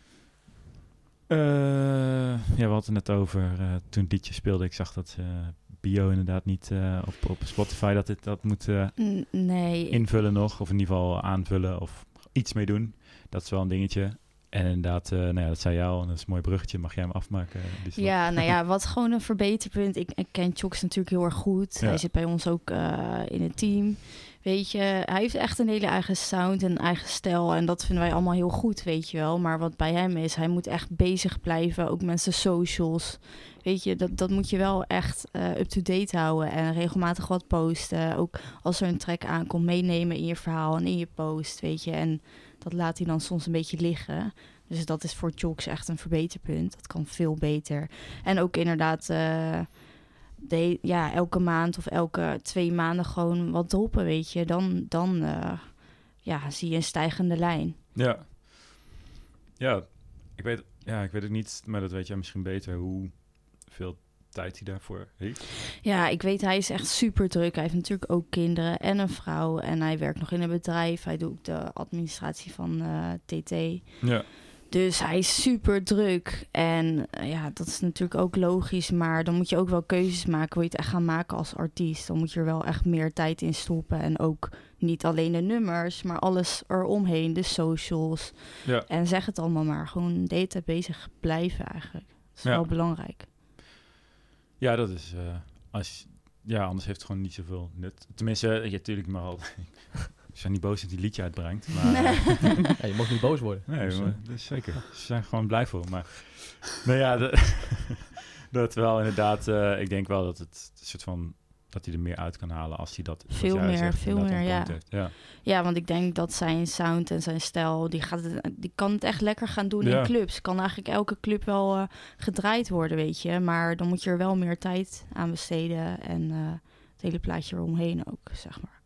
Uh, ja, we hadden het net over uh, toen het liedje speelde. Ik zag dat uh, bio inderdaad niet uh, op, op Spotify dat dit dat moet uh, N- nee. invullen nog. Of in ieder geval aanvullen of iets mee doen. Dat is wel een dingetje. En inderdaad, uh, nou ja, dat zei jij al. En dat is een mooi bruggetje. Mag jij hem afmaken? Lieselot? Ja, nou ja, wat gewoon een verbeterpunt. Ik, ik ken Jocks natuurlijk heel erg goed. Ja. Hij zit bij ons ook uh, in het team. Weet je, hij heeft echt een hele eigen sound en een eigen stijl. En dat vinden wij allemaal heel goed, weet je wel. Maar wat bij hem is, hij moet echt bezig blijven. Ook met zijn socials. Weet je, dat, dat moet je wel echt uh, up-to-date houden. En regelmatig wat posten. Ook als er een track aankomt, meenemen in je verhaal en in je post, weet je. En dat laat hij dan soms een beetje liggen. Dus dat is voor Jocks echt een verbeterpunt. Dat kan veel beter. En ook inderdaad, uh, de, ja, elke maand of elke twee maanden gewoon wat droppen, weet je. Dan, dan uh, ja, zie je een stijgende lijn. Ja. Ja, ik weet, ja, ik weet het niet, maar dat weet jij misschien beter. Hoeveel tijd hij daarvoor heeft? Ja, ik weet, hij is echt super druk. Hij heeft natuurlijk ook kinderen en een vrouw. En hij werkt nog in een bedrijf. Hij doet ook de administratie van uh, T T. Ja. Dus hij is super druk. En uh, ja, dat is natuurlijk ook logisch. Maar dan moet je ook wel keuzes maken. Wil je het echt gaan maken als artiest? Dan moet je er wel echt meer tijd in stoppen. En ook niet alleen de nummers, maar alles eromheen. De socials. Ja. En zeg het allemaal maar. Gewoon de hele tijd bezig blijven eigenlijk. Dat is Ja. wel belangrijk. Ja, dat is... Uh, als, ja, anders heeft het gewoon niet zoveel nut. Tenminste, ja, natuurlijk maar al... Ze zijn niet boos dat hij liedje uitbrengt. Maar, ja, je mag niet boos worden. Nee, dus, maar, dus zeker. Ze zijn gewoon blij voor. Maar nou ja, de, dat wel inderdaad. Uh, ik denk wel dat het een soort van dat hij er meer uit kan halen als hij dat. Veel meer, zegt, veel meer, ja. ja. Ja, want ik denk dat zijn sound en zijn stijl, die, gaat het, die kan het echt lekker gaan doen Ja. in clubs. Kan eigenlijk elke club wel uh, gedraaid worden, weet je. Maar dan moet je er wel meer tijd aan besteden en uh, het hele plaatje eromheen ook, zeg maar.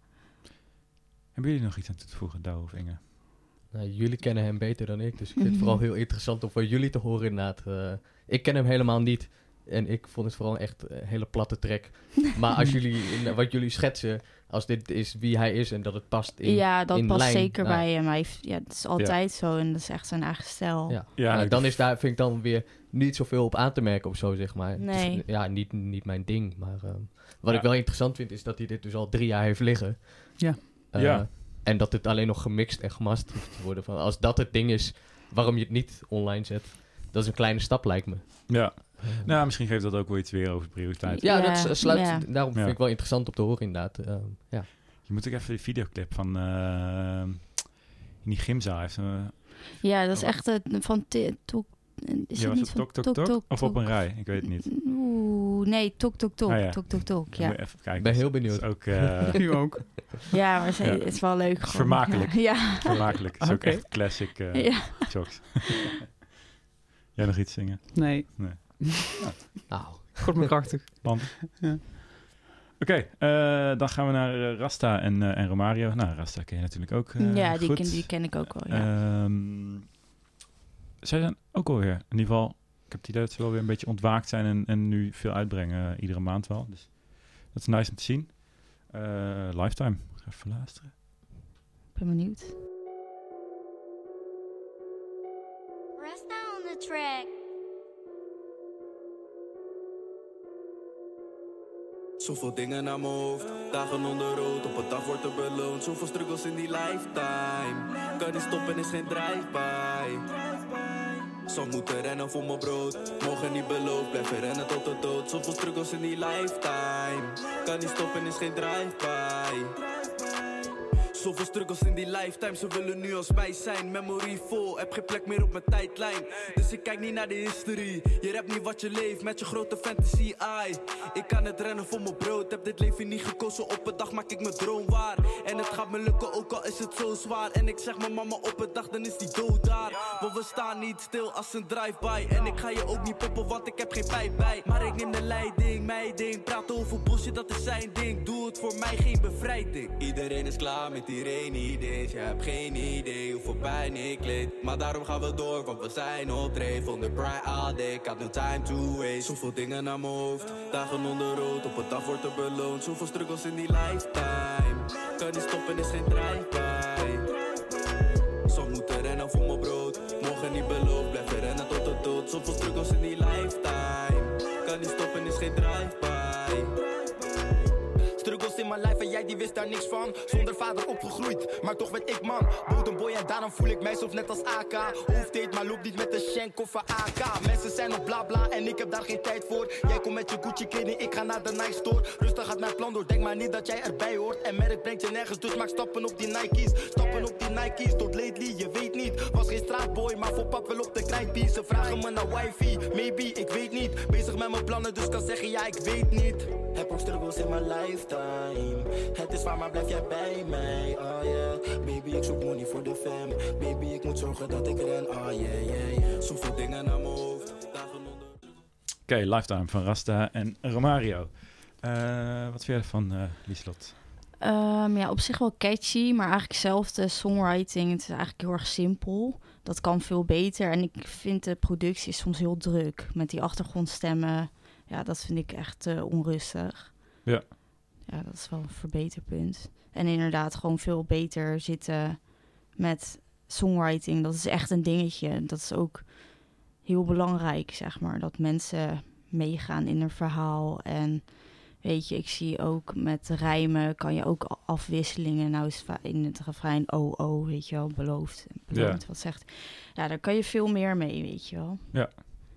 Hebben jullie nog iets aan toe te voegen, Douwe of Inge? Nou, jullie kennen hem beter dan ik, dus ik vind het vooral heel interessant om van jullie te horen inderdaad. Uh, ik ken hem helemaal niet en ik vond het vooral echt een hele platte track. Maar als jullie, in, wat jullie schetsen, als dit is wie hij is en dat het past in Ja, dat in past lijn, zeker nou, bij hem. Hij heeft, ja, het is altijd zo en dat is echt zijn eigen stijl. Ja, Ja, nou, ik- dan is daar, vind ik dan weer niet zoveel op aan te merken of zo, zeg maar. Het Nee. is, ja, niet, niet mijn ding, maar uh, wat Ja. ik wel interessant vind is dat hij dit dus al drie jaar heeft liggen. Ja. Uh, Ja. En dat het alleen nog gemixt en gemasterd hoeft te worden. Van, als dat het ding is waarom je het niet online zet, dat is een kleine stap, lijkt me. Ja. Nou, misschien geeft dat ook wel iets weer over prioriteit. Ja, Ja, dat s- sluit, ja. daarom vind Ja. ik wel interessant om te horen inderdaad. Uh, ja. Je moet ook even die videoclip van uh, in die gymzaal heeft. Uh, Ja, dat is echt uh, van Ti- Tok. Is ja, het was niet het van tok, tok, tok, Tok, of op Tok? een rij? Ik weet het niet. Oeh, nee, Tok Tok Tok. Ah, ja. Tok Tok Tok, Dan ja. moet je even kijken. Ik ben heel Dat is benieuwd. ook uh, Nu ook. Ja, maar ze, Ja. het is wel leuk. gewoon. Vermakelijk. Ja. Ja. vermakelijk. Het is Oké. ook echt classic uh, Ja. Jocks. Jij nog iets zingen? Nee, Nou, kort maar krachtig. Want? Oké, okay, uh, dan gaan we naar uh, Rasta en, uh, en Romario. Nou, Rasta ken je natuurlijk ook uh, Ja, die goed. ken, die ken ik ook wel, ja. Um, zij zijn ook alweer, in ieder geval, ik heb het idee dat ze wel weer een beetje ontwaakt zijn en, en nu veel uitbrengen, uh, iedere maand wel. Dus dat is nice om te zien. Uh, Lifetime, ga even luisteren. Ik ben benieuwd. Rasta on the track. Zoveel dingen naar mijn hoofd, dagen onder rood, op een dag wordt er beloond. Zoveel struggles in die lifetime, kan niet stoppen, is geen drive-by. Zou moeten rennen voor mijn brood, mogen niet beloofd, blijven rennen tot de dood. Zoveel struggles in die lifetime, kan niet stoppen, is geen drive-by. Zoveel struggles in die lifetime, ze willen nu als mij zijn. Memory vol, heb geen plek meer op mijn tijdlijn. Dus ik kijk niet naar de history. Je rapt niet wat je leeft, met je grote fantasy eye. Ik kan het rennen voor mijn brood, heb dit leven niet gekozen. Op een dag maak ik mijn droom waar. En het gaat me lukken, ook al is het zo zwaar. En ik zeg mijn mama op een dag, dan is die dood daar. Want we staan niet stil als een drive-by. En ik ga je ook niet poppen, want ik heb geen pijp bij. Maar ik neem de leiding, mijn ding. Praat over bullshit, dat is zijn ding. Doe het voor mij, geen bevrijding. Iedereen is klaar met die rainy days. Je hebt geen idee hoeveel pijn ik leed. Maar daarom gaan we door, want we zijn op dreef. Onder bright all day, got no time to waste. Zoveel dingen naar mijn hoofd, dagen onder rood. Op een dag wordt er beloond. Zoveel struggles in die lifetime, kan niet stoppen, is geen drive-by. Zou moeten rennen voor mijn brood, mogen niet beloofd, blijven rennen tot de dood. Zoveel struggles in die lifetime, kan niet stoppen, is geen drive-by. Struggles in mijn life en jij die wist daar niks van. Zonder vader opgegroeid, maar toch werd ik man. Bodemboy en daarom voel ik mijzelf net als A K. Hoofddeed, maar loop niet met een shank of een A K. Mensen zijn op bla bla en ik heb daar geen tijd voor. Jij komt met je Gucci kleding, ik ga naar de Nike store. Rustig gaat mijn plan door, denk maar niet dat jij erbij hoort. En merk brengt je nergens, dus maak stappen op die Nike's. Stappen op die Nike's, tot lately, je weet niet. Was geen straatboy, maar voor pap wel op de grindpiece. Ze vragen me naar wifi, maybe, ik weet niet. Bezig met mijn plannen, dus kan zeggen ja, ik weet niet. Heb ook struggles in mijn lifetime. Het is waar, maar blijf jij bij mij, oh yeah. Baby, ik zoek money voor de fam. Baby, ik moet zorgen dat ik ren, oh yeah, yeah, yeah. Zoveel dingen naar mijn hoofd, dagen onder... Oké, okay, Lifetime van Rasta en Romario. Uh, wat vind jij ervan, uh, Lieslot? Um, ja, op zich wel catchy, maar eigenlijk zelf de songwriting, het is eigenlijk heel erg simpel. Dat kan veel beter en ik vind de productie soms heel druk met die achtergrondstemmen. Ja, dat vind ik echt uh, onrustig. Ja. Ja, dat is wel een verbeterpunt. En inderdaad gewoon veel beter zitten met songwriting. Dat is echt een dingetje. Dat is ook heel belangrijk, zeg maar. Dat mensen meegaan in een verhaal. En weet je, ik zie ook met rijmen kan je ook afwisselingen. Nou is in het refrein oh oh, weet je wel, beloofd. beloofd ja. Wat zegt. Ja, daar kan je veel meer mee, weet je wel. Ja,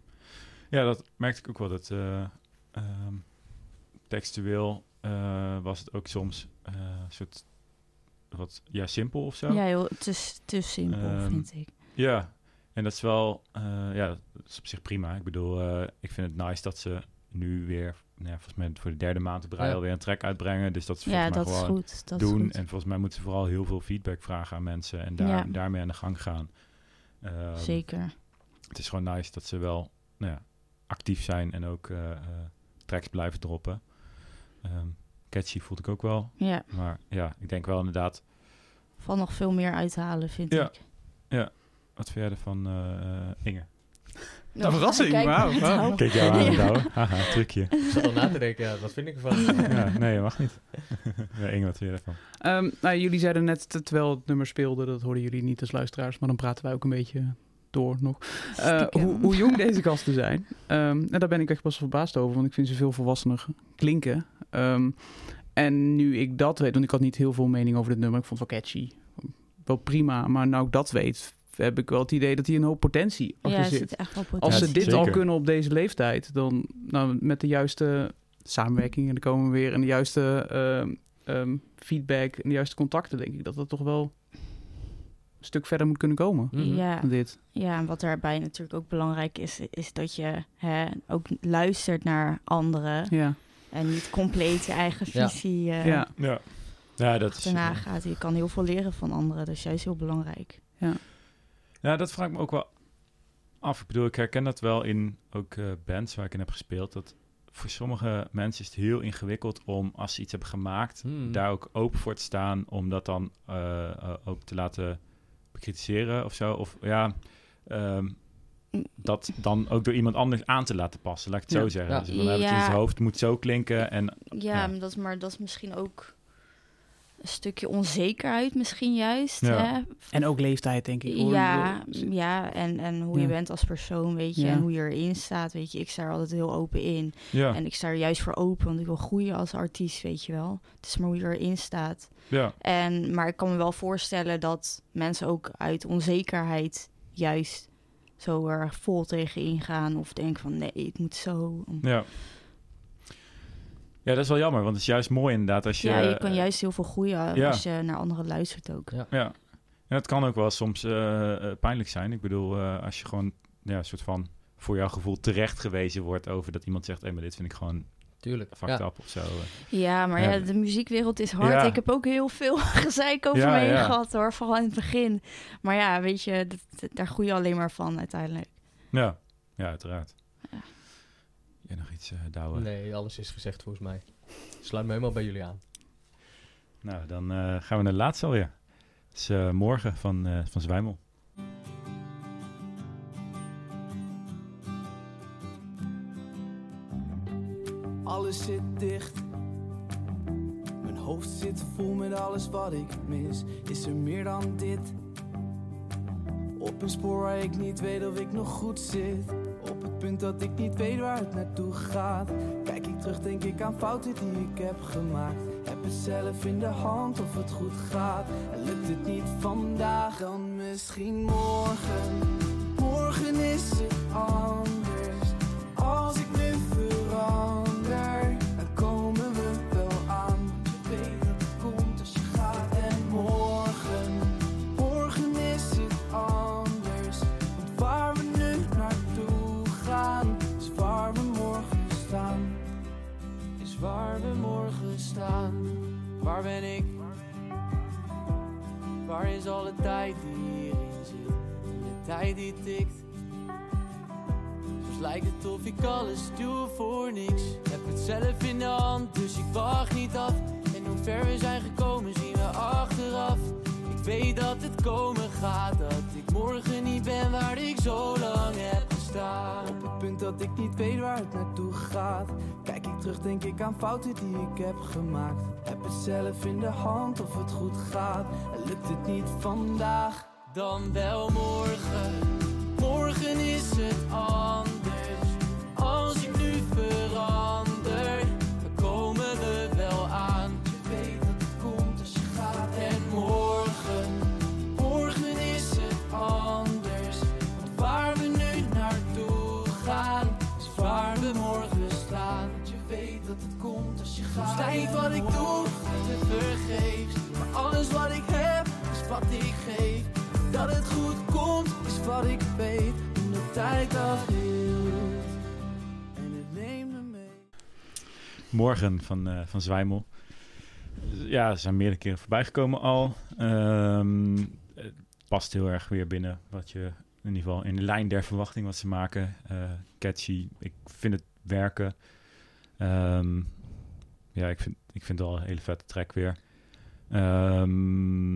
ja dat merkte ik ook wel. Dat uh, um, textueel... Uh, was het ook soms uh, soort wat ja simpel of zo. Ja, heel, het is te simpel, um, vind ik. Ja, en dat is wel uh, ja, dat is op zich prima. Ik bedoel, uh, ik vind het nice dat ze nu weer, nou ja, volgens mij voor de derde maand op rij ja. alweer een track uitbrengen. Dus dat is volgens ja, mij dat gewoon is goed. Dat doen. is goed. En volgens mij moeten ze vooral heel veel feedback vragen aan mensen en daar, ja. daarmee aan de gang gaan. Um, Zeker. Het is gewoon nice dat ze wel nou ja, actief zijn en ook uh, uh, tracks blijven droppen. Um, catchy voelde ik ook wel. Ja. Maar ja, ik denk wel inderdaad... Van nog veel meer uithalen, vind ja. ik. Ja. Wat vind jij ervan, uh, Inge? Een verrassing, wauw. Wow. Kijk jou aan het houden. Haha, trucje. Ik zat al na te denken, ja, wat vind ik ervan? ja, nee, mag niet. ja, Inge, wat vind je ervan? Um, nou, jullie zeiden net, terwijl het nummer speelde, dat hoorden jullie niet als luisteraars, maar dan praten wij ook een beetje... door nog. Uh, hoe, hoe jong deze gasten zijn. Um, en daar ben ik echt best wel verbaasd over, want ik vind ze veel volwassener klinken. Um, en nu ik dat weet, want ik had niet heel veel mening over dit nummer, ik vond het wel catchy. Wel prima, maar nou ik dat weet, heb ik wel het idee dat hier een hoop potentie achter ja, zit. zit echt wel potentie. Als ze ja, dit zeker. al kunnen op deze leeftijd, dan nou, met de juiste samenwerking, en dan komen we weer, en de juiste uh, um, feedback en de juiste contacten, denk ik dat dat toch wel een stuk verder moet kunnen komen. Mm-hmm. Ja. Dan dit. Ja, en wat daarbij natuurlijk ook belangrijk is, is dat je hè, ook luistert naar anderen. Ja. En niet compleet je eigen visie ja. uh, ja. Ja. Ja, dat achterna is, gaat. Je kan heel veel leren van anderen, dat is juist heel belangrijk. Ja, ja dat vraag ik me ook wel af. Ik bedoel, ik herken dat wel in ook uh, bands waar ik in heb gespeeld. Dat voor sommige mensen is het heel ingewikkeld om, als ze iets hebben gemaakt, Hmm. daar ook open voor te staan, om dat dan uh, uh, ook te laten bekritiseren of zo. Of ja, um, dat dan ook door iemand anders aan te laten passen, laat ik het Ja. zo zeggen. Ja. Dus dan hebben het in Ja. zijn hoofd, moet zo klinken. En, Ja, Ja. maar dat is, maar dat is misschien ook een stukje onzekerheid misschien juist. Ja. Hè? En ook leeftijd, denk ik. hoor. Ja, Ik bedoel, ja en, en hoe je Ja. bent als persoon, weet je. Ja. En hoe je erin staat, weet je. Ik sta er altijd heel open in. ja, En ik sta er juist voor open, want ik wil groeien als artiest, weet je wel. Het is maar hoe je erin staat. ja, En, maar ik kan me wel voorstellen dat mensen ook uit onzekerheid juist zo erg vol tegenin gaan. Of denken van, nee, het moet zo. ja. Ja, dat is wel jammer, want het is juist mooi inderdaad als je... Ja, je kan juist heel veel groeien ja. als je naar anderen luistert ook. Ja. Ja, en dat kan ook wel soms uh, uh, pijnlijk zijn. Ik bedoel, uh, als je gewoon ja, een soort van voor jouw gevoel terecht gewezen wordt over dat iemand zegt, hé, hey, maar dit vind ik gewoon Tuurlijk. fucked Ja. up of zo. Ja, maar Ja. ja, de muziekwereld is hard. Ja. Ik heb ook heel veel gezeik over Ja, me heen ja. gehad, hoor. Vooral in het begin. Maar ja, weet je, dat, dat- daar groei je alleen maar van uiteindelijk. Ja, ja, uiteraard. Ja. Jij nog iets, uh, Douwe? Nee, alles is gezegd volgens mij. Sluit me helemaal bij jullie aan. Nou, dan uh, gaan we naar de laatste alweer. Het is uh, Morgen van, uh, van Zwijmel. Alles zit dicht. Mijn hoofd zit vol met alles wat ik mis. Is er meer dan dit? Op een spoor waar ik niet weet of ik nog goed zit. Op het punt dat ik niet weet waar het naartoe gaat. Kijk ik terug, denk ik aan fouten die ik heb gemaakt. Heb het zelf in de hand of het goed gaat. En lukt het niet vandaag, dan misschien morgen. Morgen is het anders. Als ik nu verander, dan komen we wel aan. Je weet dat het komt als je gaat. En morgen, morgen is het anders. Want waar we nu naartoe gaan, is waar we morgen staan. Is waar we morgen staan. Waar ben ik? Waar is alle tijd die hierin zit? De tijd die tikt. Soms lijkt het of ik alles doe voor niks. Heb het zelf in de hand, dus ik wacht niet af. En hoe ver we zijn gekomen zien we achteraf. Ik weet dat het komen gaat, dat ik morgen niet ben waar ik zo lang heb gestaan. Op het punt dat ik niet weet waar het naartoe gaat. Kijk ik terug, denk ik aan fouten die ik heb gemaakt. Heb het zelf in de hand of het goed gaat. En lukt het niet vandaag, dan wel morgen. Morgen is het anders. Als ik nu verander, dan komen we wel aan. Je weet dat het komt als je gaat. En morgen, morgen is het anders. Want waar we nu naartoe gaan, is waar we morgen staan. Want je weet dat het komt als je gaat. Soms lijkt wat ik doe te vergeefs. Maar alles wat ik heb, is wat ik geef. Dat het goed komt, is wat ik weet. De tijd afhield en het neemt me mee. Morgen van, uh, van Zwijmel. Ja, ze zijn meerdere keren voorbij gekomen al. Um, het past heel erg weer binnen wat je, in ieder geval in de lijn der verwachting wat ze maken. Uh, catchy. Ik vind het werken. Um, ja, ik vind, ik vind het al een hele vette track weer. Um,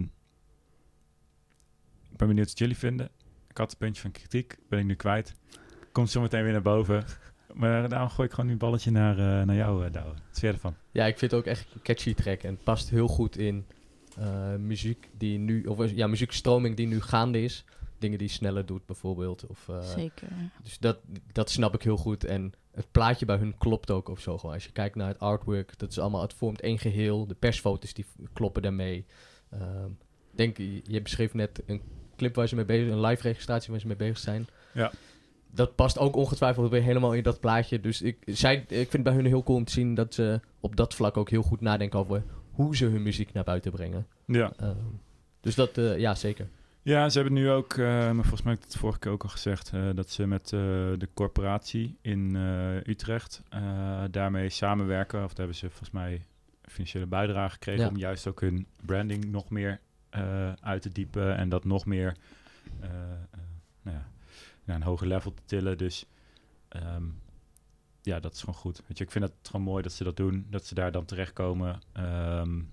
ik ben benieuwd wat jullie vinden. Ik had een puntje van kritiek, ben ik nu kwijt. Komt zo meteen weer naar boven. Maar daarom gooi ik gewoon nu een balletje naar, uh, naar jou, uh, Douwe. Wat vind je ervan? Ja, ik vind het ook echt een catchy track. En het past heel goed in uh, muziek die nu... Of ja, muziekstroming die nu gaande is. Dingen die sneller doet bijvoorbeeld. Of, uh, Zeker. Dus dat, dat snap ik heel goed. En het plaatje bij hun klopt ook of zo. Gewoon. Als je kijkt naar het artwork, dat is allemaal... Het vormt één geheel. De persfoto's die kloppen daarmee. Uh, denk, je, je beschreef net een clip waar ze mee bezig zijn. Een live registratie waar ze mee bezig zijn. Ja. Dat past ook ongetwijfeld weer helemaal in dat plaatje. Dus ik, zij, ik vind het bij hun heel cool om te zien dat ze op dat vlak ook heel goed nadenken over hoe ze hun muziek naar buiten brengen. Ja. Uh, dus dat, uh, ja, zeker. Ja, ze hebben nu ook, uh, maar volgens mij heb ik het vorige keer ook al gezegd, uh, dat ze met uh, de corporatie in uh, Utrecht uh, daarmee samenwerken. Of daar hebben ze volgens mij financiële bijdrage gekregen ja. om juist ook hun branding nog meer uh, uit te diepen en dat nog meer uh, uh, nou ja, naar een hoger level te tillen. Dus um, ja, dat is gewoon goed. Weet je, ik vind het gewoon mooi dat ze dat doen. Dat ze daar dan terechtkomen. Um,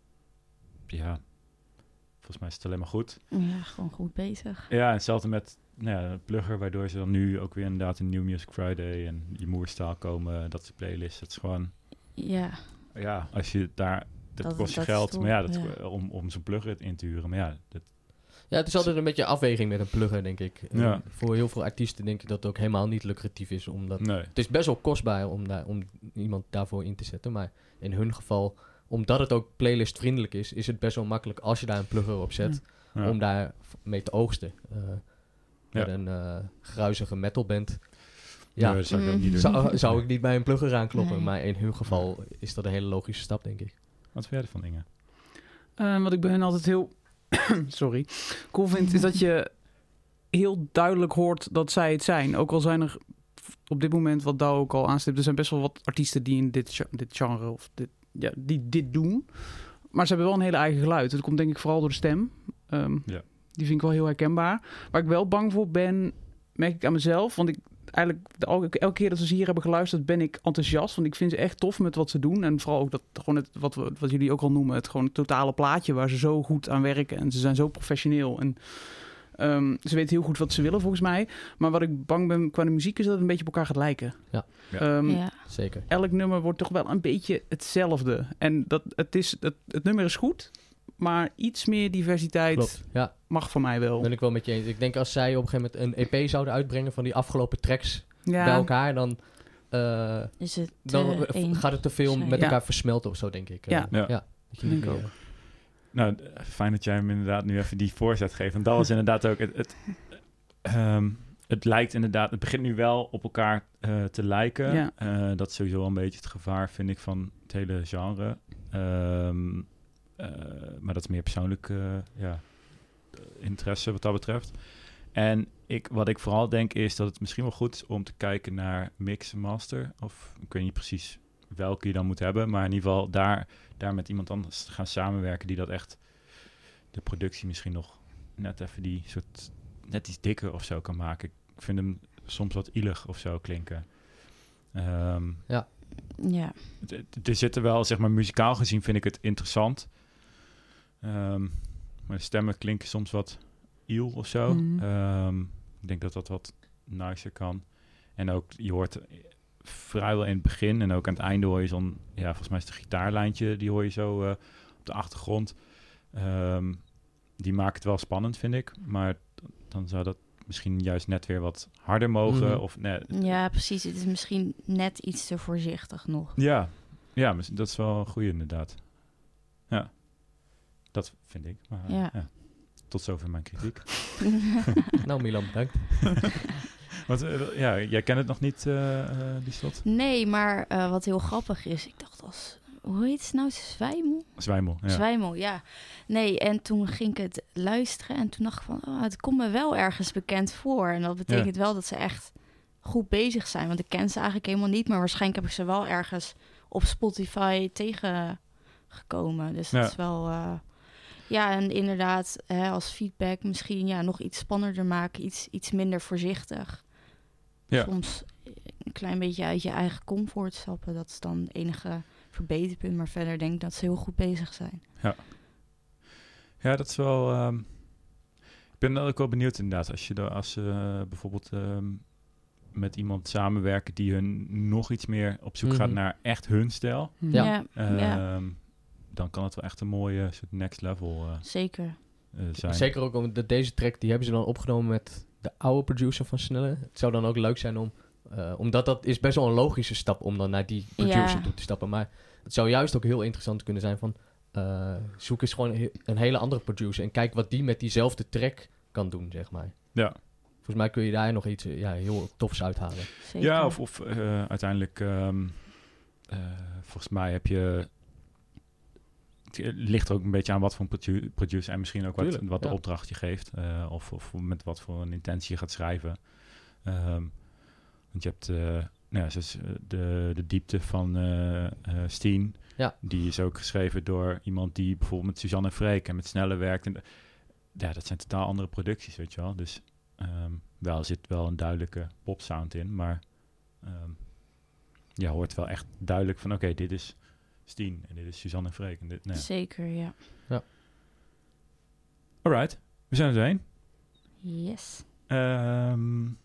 ja, volgens mij is het alleen maar goed. Ja, gewoon goed bezig. Ja, en hetzelfde met nou ja, Plugger, waardoor ze dan nu ook weer inderdaad een New Music Friday en je Moerstaal komen. Dat is de playlist. Dat is gewoon... Ja. Ja, als je daar... Dat, dat kost je dat geld, toch, maar ja, dat, ja. om, om zo'n plugger in te huren. Maar ja, dat... Ja, het is altijd een beetje afweging met een plugger, denk ik. Ja. En voor heel veel artiesten denk ik dat het ook helemaal niet lucratief is. Omdat Nee. Het is best wel kostbaar om, daar, om iemand daarvoor in te zetten. Maar in hun geval, omdat het ook playlistvriendelijk is, is het best wel makkelijk als je daar een plugger op zet, Ja. om daar mee te oogsten. Uh, met Ja. een uh, gruizige metalband. Ja, Nee, dat zou ik ook niet doen. Zou, zou ik niet bij een plugger aankloppen. Nee. Maar in hun geval is dat een hele logische stap, denk ik. Wat vind jij ervan, Inge? Uh, wat ik bij hen altijd heel sorry, cool vind, is dat je heel duidelijk hoort dat zij het zijn. Ook al zijn er op dit moment, wat Douwe ook al aanstipt, er zijn best wel wat artiesten die in dit, dit genre of dit, ja, die dit doen. Maar ze hebben wel een hele eigen geluid. Dat komt denk ik vooral door de stem. Um, Ja. Die vind ik wel heel herkenbaar. Waar ik wel bang voor ben, merk ik aan mezelf. Want ik eigenlijk de, elke, elke keer dat we ze hier hebben geluisterd, ben ik enthousiast. Want ik vind ze echt tof met wat ze doen. En vooral ook dat gewoon het, wat, we, wat jullie ook al noemen, het gewoon het totale plaatje waar ze zo goed aan werken. En ze zijn zo professioneel. En um, ze weten heel goed wat ze willen, volgens mij. Maar wat ik bang ben qua de muziek is dat het een beetje op elkaar gaat lijken. Ja, Ja. Um, Ja. zeker. Elk nummer wordt toch wel een beetje hetzelfde. En dat, het, is, het, het nummer is goed, maar iets meer diversiteit Klopt, ja. mag voor mij wel. Ben ik wel met je eens. Ik denk als zij op een gegeven moment een E P zouden uitbrengen van die afgelopen tracks Ja. bij elkaar, dan, uh, Is het dan uh, uh, één gaat het te veel zijn. met Ja. elkaar versmelten of zo, denk ik. Uh, Ja. Ja. ja. Dat je Denk niet ik meer- ook. Nou, d- fijn dat jij hem inderdaad nu even die voorzet geeft. Want dat was inderdaad ook... Het, het, um, het lijkt inderdaad... Het begint nu wel op elkaar uh, te lijken. Ja. Uh, dat is sowieso wel een beetje het gevaar, vind ik, van het hele genre. Um, uh, maar dat is meer persoonlijk uh, ja, interesse wat dat betreft. En ik, wat ik vooral denk is dat het misschien wel goed is om te kijken naar mix en master. Of ik weet niet precies welke je dan moet hebben. Maar in ieder geval daar, daar met iemand anders gaan samenwerken die dat echt... de productie misschien nog net even die soort... net iets dikker of zo kan maken. Ik vind hem soms wat ielig of zo klinken. Um, Ja. Ja. d- d- er zitten wel, zeg maar, muzikaal gezien vind ik het interessant. Um, maar de stemmen klinken soms wat iel of zo. Mhm. Um, ik denk dat dat wat nicer kan. En ook, je hoort vrijwel in het begin en ook aan het einde hoor je zo'n... ja, volgens mij is het een gitaarlijntje, die hoor je zo uh, op de achtergrond. Um, die maakt het wel spannend, vind ik. Maar d- dan zou dat misschien juist net weer wat harder mogen. Mhm. Of, nee, Ja, precies. Het is misschien net iets te voorzichtig nog. Ja, ja, mis- dat is wel een goeie inderdaad. Ja, dat vind ik. Maar, uh, Ja. ja. Tot zover mijn kritiek. Nou, Milan, bedankt. Want uh, ja, jij kent het nog niet, uh, uh, die slot? Nee, maar uh, wat heel grappig is, ik dacht als... Hoe heet het nou? Zwijmel? Zwijmel, ja. Zwijmel, ja. Nee, en toen ging ik het luisteren en toen dacht ik van... Oh, het komt me wel ergens bekend voor. En dat betekent wel dat ze echt goed bezig zijn. Want ik ken ze eigenlijk helemaal niet. Maar waarschijnlijk heb ik ze wel ergens op Spotify tegengekomen. Dus dat Ja. is wel... Uh, ja, en inderdaad, hè, als feedback misschien ja, nog iets spannender maken. Iets, iets minder voorzichtig. Ja. Soms een klein beetje uit je eigen comfort stappen. Dat is dan het enige verbeterpunt. Maar verder denk ik dat ze heel goed bezig zijn. Ja, ja dat is wel... Um, ik ben dan ook wel benieuwd inderdaad. Als je er, als ze uh, bijvoorbeeld um, met iemand samenwerken die hun nog iets meer op zoek Mhm. gaat naar echt hun stijl. Ja. Ja, Um, ja, Dan kan het wel echt een mooie soort next level uh, zeker. uh, zijn. Zeker ook omdat deze track, die hebben ze dan opgenomen met de oude producer van Snelle. Het zou dan ook leuk zijn om... Uh, omdat dat is best wel een logische stap om dan naar die producer Ja. toe te stappen. Maar het zou juist ook heel interessant kunnen zijn van... Uh, zoek eens gewoon he- een hele andere producer en kijk wat die met diezelfde track kan doen, zeg maar. Ja. Volgens mij kun je daar nog iets uh, ja, heel tofs uithalen. Zeker. Ja, of, of uh, uiteindelijk... Um, uh, volgens mij heb je... Het ligt er ook een beetje aan wat voor een produ- producer... en misschien ook wat, Tuurlijk, wat de ja. opdracht je geeft. Uh, of, of met wat voor een intentie je gaat schrijven. Um, want je hebt... Uh, nou ja, zoals, uh, de, de diepte van uh, uh, Steen... Ja. Die is ook geschreven door iemand die bijvoorbeeld met Suzanne Freek... en met Snelle werkt. En, ja, dat zijn totaal andere producties, weet je wel. Dus um, wel zit wel een duidelijke popsound in, maar... Um, je hoort wel echt duidelijk van... oké, okay, dit is Stien en dit is Suzanne en Freek. En dit, nee. Zeker, ja. ja. Alright, we zijn er doorheen. Yes. Um,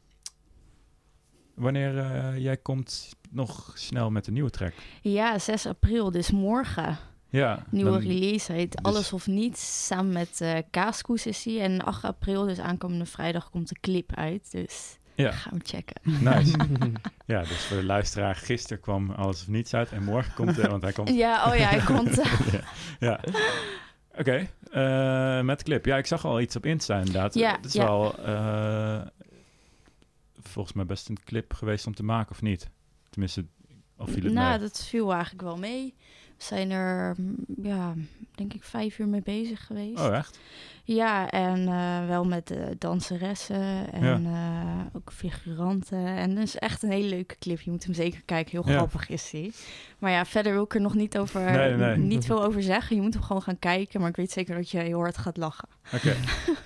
wanneer uh, jij komt nog snel met een nieuwe track? Ja, zes april, dus morgen. Ja. Nieuwe dan, release heet dus... Alles of Niets. Samen met uh, Kaaskoes is die. En acht april, dus aankomende vrijdag, komt de clip uit. Dus ja. Ga hem checken. Nice. Ja, dus voor de luisteraar, gisteren kwam Alles of Niets uit. En morgen komt er, want hij komt... Ja, oh ja, hij komt... ja. ja. Oké, okay. uh, met de clip. Ja, ik zag al iets op Insta inderdaad. Ja, het is ja. wel uh, volgens mij best een clip geweest om te maken, of niet? Tenminste, of viel het Nou, mee? dat viel eigenlijk wel mee. We zijn er, ja, denk ik vijf uur mee bezig geweest. Oh, echt? Ja, en uh, wel met uh, danseressen en ja. uh, ook figuranten. En het is echt een hele leuke clip. Je moet hem zeker kijken. Heel ja. grappig is hij. Maar ja, verder wil ik er nog niet, over, nee, nee. niet veel over zeggen. Je moet hem gewoon gaan kijken. Maar ik weet zeker dat je heel hard gaat lachen. Oké. Okay.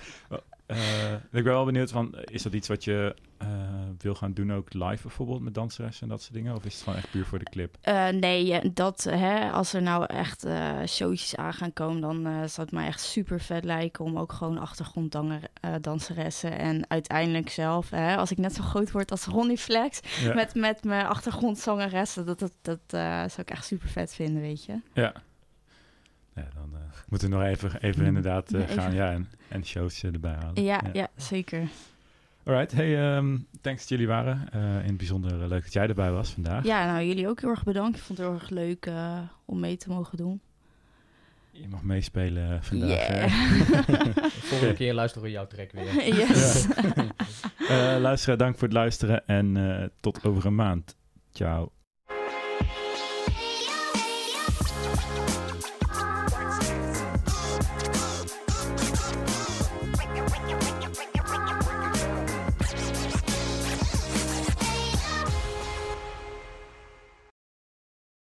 Uh, ik ben wel benieuwd van, is dat iets wat je uh, wil gaan doen ook live bijvoorbeeld met danseressen en dat soort dingen? Of is het gewoon echt puur voor de clip? Uh, nee, dat, hè, als er nou echt uh, showtjes aan gaan komen, dan uh, zou het mij echt super vet lijken om ook gewoon achtergronddanseressen uh, en uiteindelijk zelf, hè, als ik net zo groot word als Ronnie Flex, ja. met, met mijn achtergrondzangeressen, dat, dat, dat uh, zou ik echt super vet vinden, weet je? Ja. Ja, dan uh, moeten we nog even, even inderdaad uh, ja, even. gaan ja, en, en shows uh, erbij halen. Ja, ja. ja zeker. Alright, hey, um, thanks dat jullie waren. Uh, in het bijzonder uh, leuk dat jij erbij was vandaag. Ja, nou jullie ook heel erg bedankt. Ik vond het heel erg leuk uh, om mee te mogen doen. Je mag meespelen vandaag. Yeah. Volgende keer luisteren we jouw track weer. Yes. Ja. uh, luisteren, dank voor het luisteren en uh, tot over een maand. Ciao. Watch it.